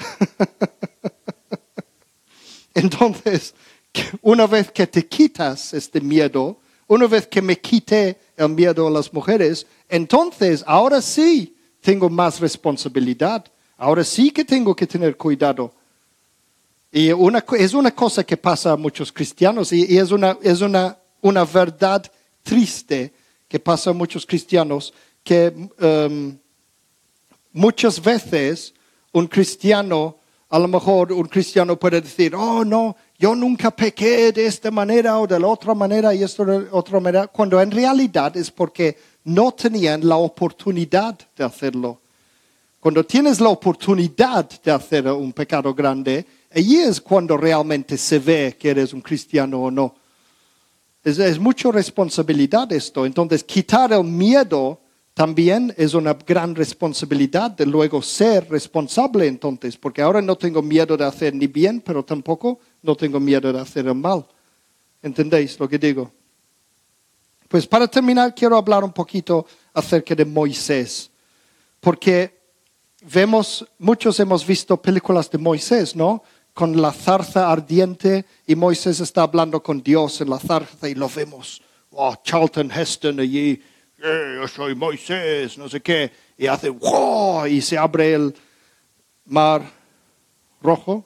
Entonces, una vez que te quitas este miedo, una vez que me quité el miedo a las mujeres, entonces ahora sí tengo más responsabilidad. Ahora sí que tengo que tener cuidado. Y una, es una cosa que pasa a muchos cristianos y, y es, una, es una, una verdad triste que pasa a muchos cristianos que um, muchas veces un cristiano, a lo mejor un cristiano puede decir, oh no, yo nunca pequé de esta manera o de la otra manera y esto de otra manera, cuando en realidad es porque no tenían la oportunidad de hacerlo. Cuando tienes la oportunidad de hacer un pecado grande, allí es cuando realmente se ve que eres un cristiano o no. Es, es mucha responsabilidad esto. Entonces, quitar el miedo también es una gran responsabilidad de luego ser responsable entonces. Porque ahora no tengo miedo de hacer ni bien, pero tampoco no tengo miedo de hacer el mal. ¿Entendéis lo que digo? Pues para terminar, quiero hablar un poquito acerca de Moisés. Porque vemos, muchos hemos visto películas de Moisés, ¿no? Con la zarza ardiente y Moisés está hablando con Dios en la zarza y lo vemos. Oh, Charlton Heston allí, eh, yo soy Moisés, no sé qué. Y hace wow y se abre el mar rojo.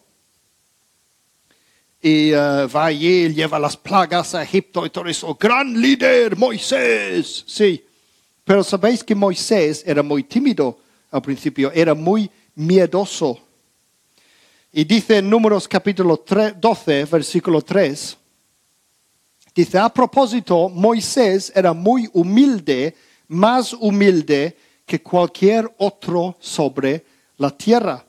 Y uh, va allí y lleva las plagas a Egipto y todo eso. Gran líder, Moisés. Sí, pero sabéis que Moisés era muy tímido al principio, era muy miedoso. Y dice en Números capítulo doce, versículo tres, dice, a propósito, Moisés era muy humilde, más humilde que cualquier otro sobre la tierra.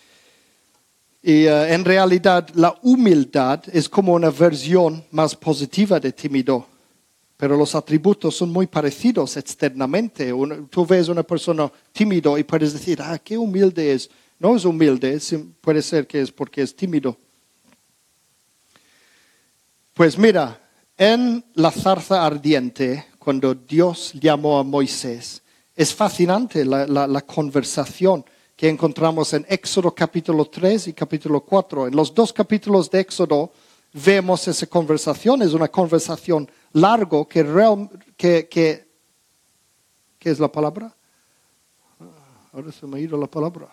Y uh, en realidad la humildad es como una versión más positiva de tímido. Pero los atributos son muy parecidos externamente. Uno, tú ves una persona tímido y puedes decir, ah, qué humilde es. No es humilde, puede ser que es porque es tímido. Pues mira, en la zarza ardiente, cuando Dios llamó a Moisés, es fascinante la, la, la conversación que encontramos en Éxodo capítulo tres y capítulo cuatro. En los dos capítulos de Éxodo vemos esa conversación. Es una conversación largo que, real, que, que ¿qué es la palabra? Ahora se me ha ido la palabra.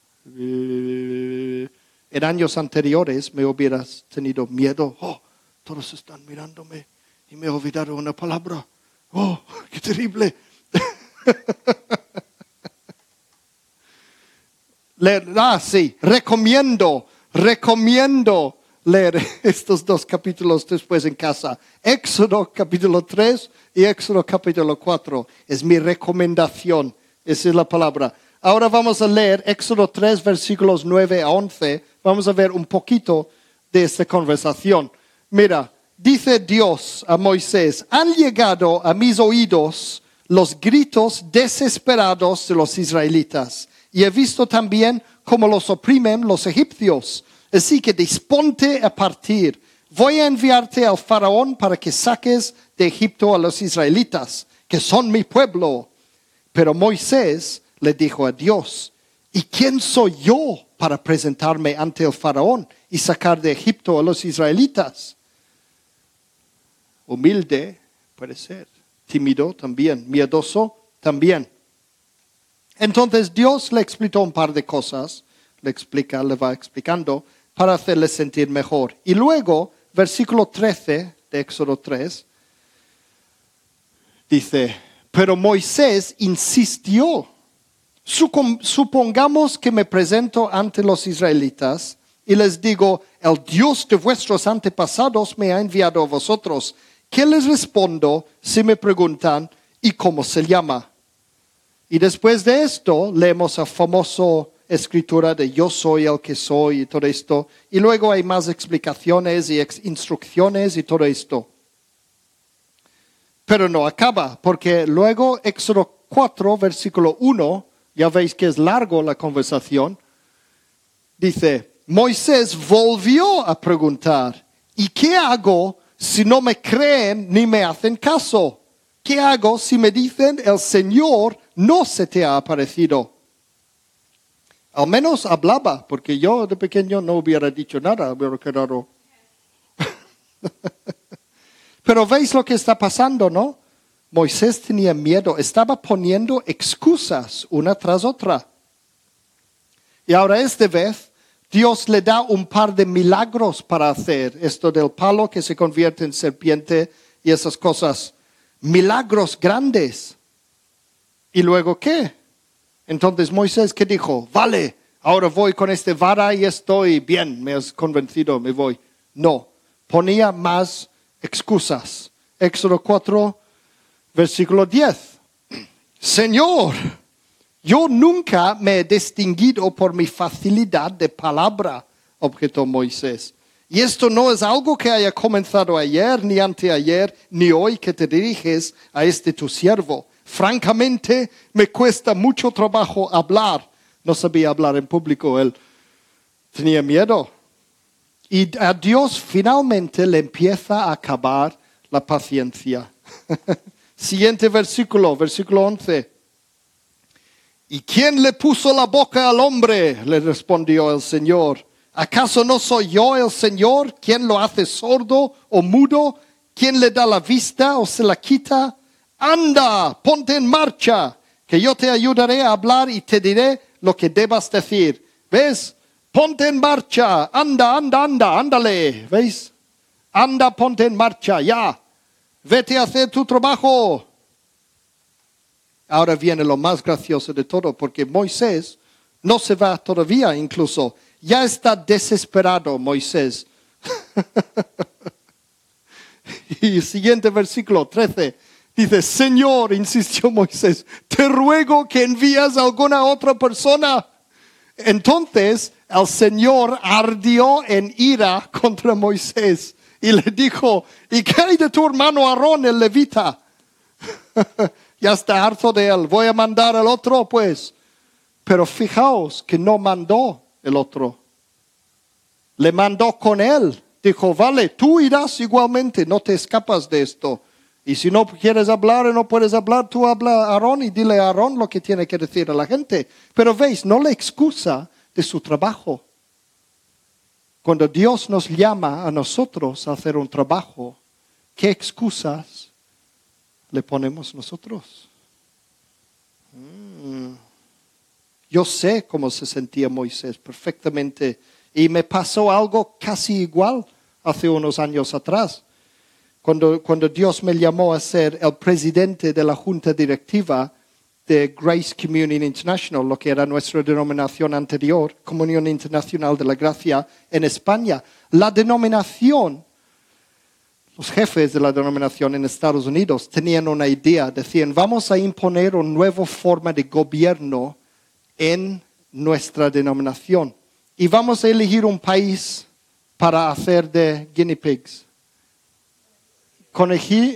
En años anteriores me hubieras tenido miedo. Oh, todos están mirándome y me he olvidado una palabra. Oh, qué terrible. Leer, ah, sí, recomiendo, recomiendo leer estos dos capítulos después en casa. Éxodo capítulo tres y Éxodo capítulo cuatro. Es mi recomendación. Esa es la palabra. Ahora vamos a leer Éxodo tres, versículos nueve a once. Vamos a ver un poquito de esta conversación. Mira, dice Dios a Moisés, han llegado a mis oídos los gritos desesperados de los israelitas. Y he visto también cómo los oprimen los egipcios. Así que disponte a partir. Voy a enviarte al faraón para que saques de Egipto a los israelitas, que son mi pueblo. Pero Moisés le dijo a Dios, ¿y quién soy yo para presentarme ante el faraón y sacar de Egipto a los israelitas? Humilde puede ser, tímido también, miedoso también. Entonces Dios le explicó un par de cosas, le explica, le va explicando para hacerle sentir mejor. Y luego, versículo trece de Éxodo tres, dice, pero Moisés insistió. Supongamos que me presento ante los israelitas y les digo, el Dios de vuestros antepasados me ha enviado a vosotros. ¿Qué les respondo si me preguntan, ¿y cómo se llama? Y después de esto leemos la famosa escritura de yo soy el que soy y todo esto. Y luego hay más explicaciones y ex- instrucciones y todo esto. Pero no acaba, porque luego Éxodo cuatro, versículo uno, ya veis que es largo la conversación, dice, Moisés volvió a preguntar, ¿y qué hago si no me creen ni me hacen caso? ¿Qué hago si me dicen, el Señor no se te ha aparecido? Al menos hablaba, porque yo de pequeño no hubiera dicho nada, hubiera quedado. Pero veis lo que está pasando, ¿no? Moisés tenía miedo, estaba poniendo excusas una tras otra. Y ahora esta vez Dios le da un par de milagros para hacer esto del palo que se convierte en serpiente y esas cosas. Milagros grandes. ¿Y luego qué? Entonces Moisés, ¿qué dijo? Vale, ahora voy con este vara y estoy bien, me has convencido, me voy. No, ponía más excusas. Éxodo cuatro, versículo diez. Señor, yo nunca me he distinguido por mi facilidad de palabra, objetó Moisés. Y esto no es algo que haya comenzado ayer, ni anteayer, ni hoy que te diriges a este tu siervo. Francamente, me cuesta mucho trabajo hablar. No sabía hablar en público, él tenía miedo. Y a Dios finalmente le empieza a acabar la paciencia. Siguiente versículo, versículo once. ¿Y quién le puso la boca al hombre? Le respondió el Señor. ¿Acaso no soy yo el Señor? ¿Quién lo hace sordo o mudo? ¿Quién le da la vista o se la quita? Anda, ponte en marcha, que yo te ayudaré a hablar y te diré lo que debas decir. ¿Ves? Ponte en marcha, anda, anda, anda, ándale. ¿Veis? Anda, ponte en marcha, ya. Vete a hacer tu trabajo. Ahora viene lo más gracioso de todo, porque Moisés no se va todavía incluso. Ya está desesperado Moisés. Y el siguiente versículo, trece, dice, Señor, insistió Moisés, te ruego que envíes a alguna otra persona. Entonces el Señor ardió en ira contra Moisés y le dijo, ¿y qué hay de tu hermano Aarón, el levita? Ya está harto de él, voy a mandar al otro pues. Pero fijaos que no mandó el otro. Le mandó con él. Dijo, vale, tú irás igualmente, no te escapas de esto. Y si no quieres hablar o no puedes hablar, tú habla a Aarón y dile a Aarón lo que tiene que decir a la gente. Pero veis, no le excusa de su trabajo. Cuando Dios nos llama a nosotros a hacer un trabajo, ¿qué excusas le ponemos nosotros? Mm. Yo sé cómo se sentía Moisés perfectamente y me pasó algo casi igual hace unos años atrás. Cuando, cuando Dios me llamó a ser el presidente de la junta directiva de Grace Communion International, lo que era nuestra denominación anterior, Comunión Internacional de la Gracia en España. La denominación, los jefes de la denominación en Estados Unidos tenían una idea, decían, vamos a imponer una nueva forma de gobierno en nuestra denominación y vamos a elegir un país para hacer de guinea pigs. Conejí,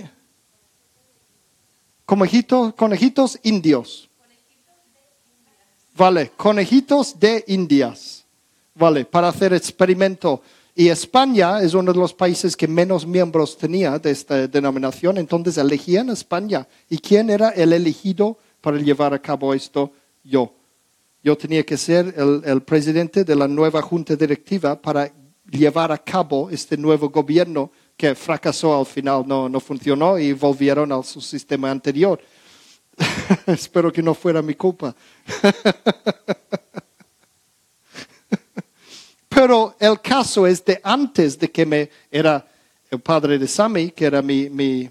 conejitos, conejitos indios. Vale, conejitos de Indias. Vale, para hacer experimento. Y España es uno de los países que menos miembros tenía de esta denominación, entonces elegían España. ¿Y quién era el elegido para llevar a cabo esto? Yo. Yo tenía que ser el, el presidente de la nueva junta directiva para llevar a cabo este nuevo gobierno que fracasó al final, no, no funcionó y volvieron a su sistema anterior. Espero que no fuera mi culpa. Pero el caso es de antes de que me era el padre de Sammy, que era mi, mi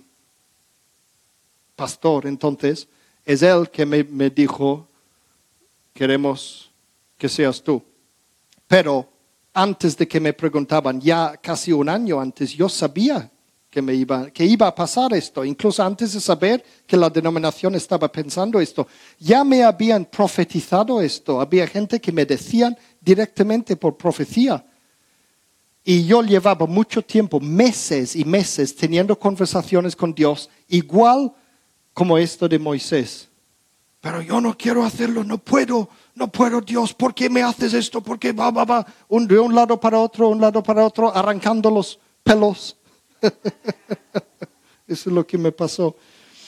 pastor entonces, es él que me, me dijo, queremos que seas tú. Pero antes de que me preguntaban, ya casi un año antes, yo sabía que, me iba, que iba a pasar esto. Incluso antes de saber que la denominación estaba pensando esto, ya me habían profetizado esto. Había gente que me decían directamente por profecía. Y yo llevaba mucho tiempo, meses y meses, teniendo conversaciones con Dios, igual como esto de Moisés. Pero yo no quiero hacerlo, no puedo, no puedo, Dios, ¿por qué me haces esto? ¿Por qué va, va, va? Un, de un lado para otro, un lado para otro, arrancando los pelos. Eso es lo que me pasó.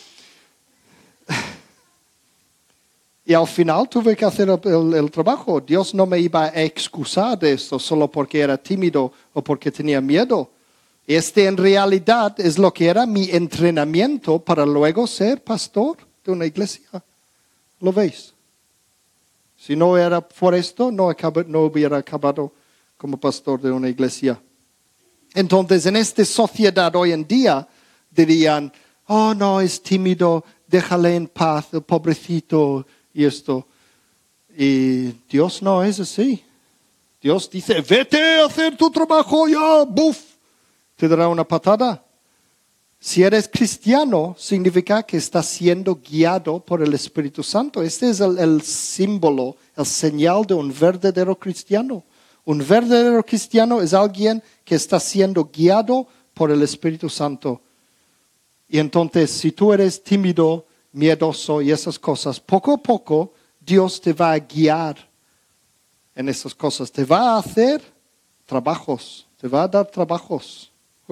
Y al final tuve que hacer el, el, el trabajo. Dios no me iba a excusar de esto solo porque era tímido o porque tenía miedo. Este en realidad es lo que era mi entrenamiento para luego ser pastor de una iglesia. ¿Lo veis? Si no era por esto, no, acab- no hubiera acabado como pastor de una iglesia. Entonces, en esta sociedad hoy en día, dirían, oh no, es tímido, déjale en paz, el pobrecito, y esto. Y Dios no es así. Dios dice, vete a hacer tu trabajo ya, buf, te dará una patada. Si eres cristiano, significa que estás siendo guiado por el Espíritu Santo. Este es el, el símbolo, el señal de un verdadero cristiano. Un verdadero cristiano es alguien que está siendo guiado por el Espíritu Santo. Y entonces, si tú eres tímido, miedoso y esas cosas, poco a poco Dios te va a guiar en esas cosas. Te va a hacer trabajos, te va a dar trabajos.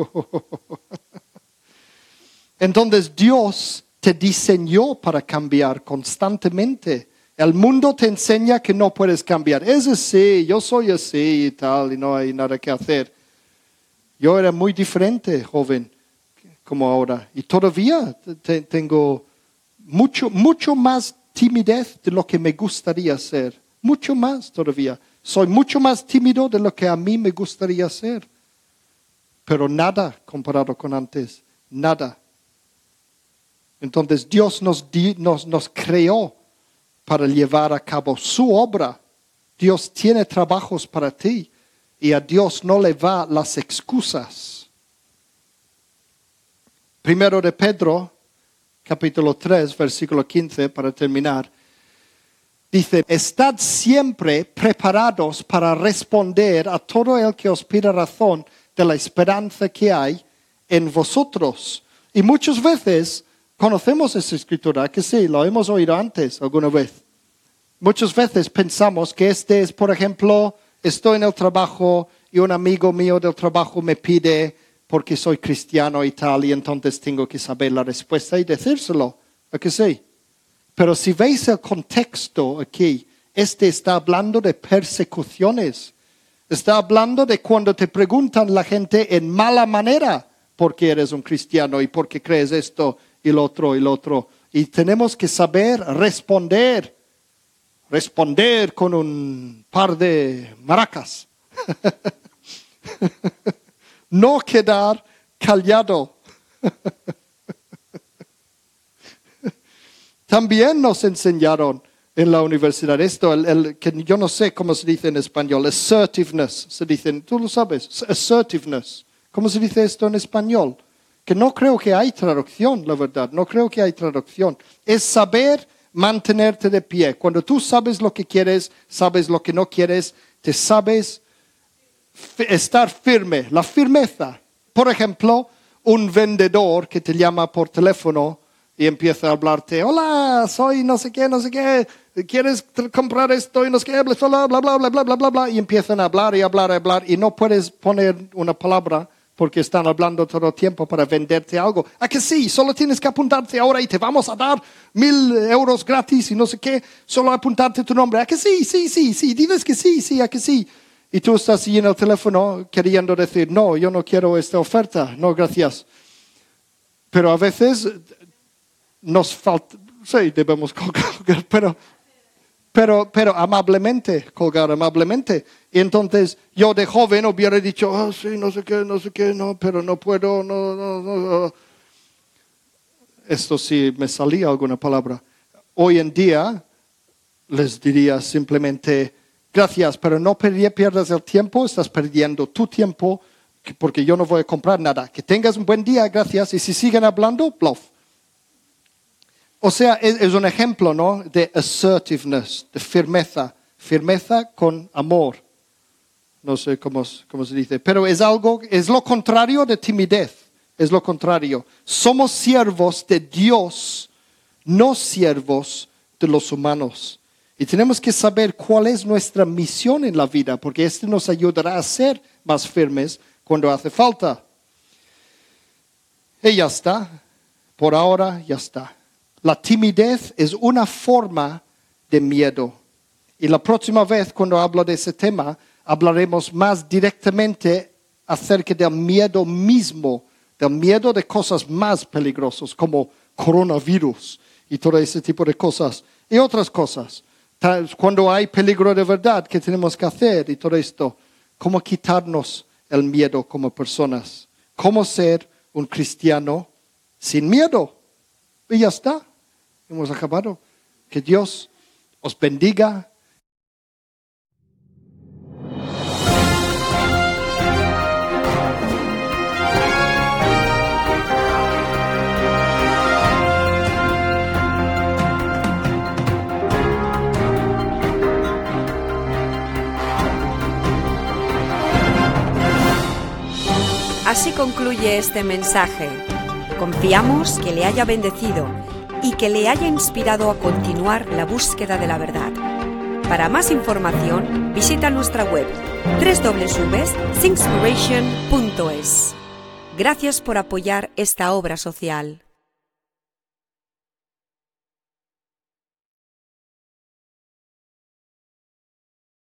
Entonces Dios te diseñó para cambiar constantemente. El mundo te enseña que no puedes cambiar. Es así, yo soy así y tal, y no hay nada que hacer. Yo era muy diferente, joven, como ahora. Y todavía te, tengo mucho, mucho más timidez de lo que me gustaría ser. Mucho más todavía. Soy mucho más tímido de lo que a mí me gustaría ser. Pero nada comparado con antes. Nada. Entonces Dios nos, di, nos, nos creó para llevar a cabo su obra. Dios tiene trabajos para ti y a Dios no le va las excusas. Primero de Pedro, capítulo tres, versículo quince, para terminar. Dice, estad siempre preparados para responder a todo el que os pida razón de la esperanza que hay en vosotros. Y muchas veces conocemos esa escritura, que sí, lo hemos oído antes alguna vez. Muchas veces pensamos que este es, por ejemplo, estoy en el trabajo y un amigo mío del trabajo me pide porque soy cristiano y tal, y entonces tengo que saber la respuesta y decírselo, ¿a que sí? Pero si veis el contexto aquí, este está hablando de persecuciones. Está hablando de cuando te preguntan la gente en mala manera por qué eres un cristiano y por qué crees esto y lo otro y lo otro. Y tenemos que saber responder. Responder con un par de maracas. No quedar callado. También nos enseñaron en la universidad esto, el, el, que yo no sé cómo se dice en español, assertiveness, se dice, tú lo sabes, assertiveness. ¿Cómo se dice esto en español? Que no creo que hay traducción, la verdad, no creo que hay traducción. Es saber mantenerte de pie. Cuando tú sabes lo que quieres, sabes lo que no quieres, te sabes f- estar firme, la firmeza. Por ejemplo, un vendedor que te llama por teléfono y empieza a hablarte, hola, soy no sé qué, no sé qué, ¿quieres tr- comprar esto y no sé qué, bla, bla, bla, bla, bla, bla, bla, bla, bla, y empiezan a hablar y hablar y hablar y no puedes poner una palabra porque están hablando todo el tiempo para venderte algo. ¿A que sí? Solo tienes que apuntarte ahora y te vamos a dar mil euros gratis y no sé qué, solo apuntarte tu nombre. ¿A que sí? Sí, sí, sí, dices que sí, sí, a que sí. Y tú estás ahí en el teléfono queriendo decir, no, yo no quiero esta oferta, no, gracias. Pero a veces nos falta, sí, debemos colgar, pero, pero, pero amablemente, colgar amablemente. Y entonces yo de joven hubiera dicho, oh, sí, no sé qué, no sé qué, no, pero no puedo, no, no, no. Esto sí me salía alguna palabra. Hoy en día les diría simplemente, gracias, pero no pierdas el tiempo, estás perdiendo tu tiempo, porque yo no voy a comprar nada. Que tengas un buen día, gracias. Y si siguen hablando, bluff. O sea, es, es un ejemplo, ¿no? De assertiveness, de firmeza. Firmeza con amor. No sé cómo, cómo se dice. Pero es algo, es lo contrario de timidez. Es lo contrario. Somos siervos de Dios, no siervos de los humanos. Y tenemos que saber cuál es nuestra misión en la vida, porque esto nos ayudará a ser más firmes cuando hace falta. Y ya está. Por ahora ya está. La timidez es una forma de miedo. Y la próxima vez cuando hablo de ese tema, hablaremos más directamente acerca del miedo mismo, del miedo de cosas más peligrosas como coronavirus y todo ese tipo de cosas y otras cosas. Cuando hay peligro de verdad, ¿qué tenemos que hacer? Y todo esto, cómo quitarnos el miedo como personas, cómo ser un cristiano sin miedo. Y ya está, hemos acabado. Que Dios os bendiga. Así concluye este mensaje. Confiamos que le haya bendecido y que le haya inspirado a continuar la búsqueda de la verdad. Para más información, visita nuestra web doble u doble u doble u punto singspiration punto es. Gracias por apoyar esta obra social.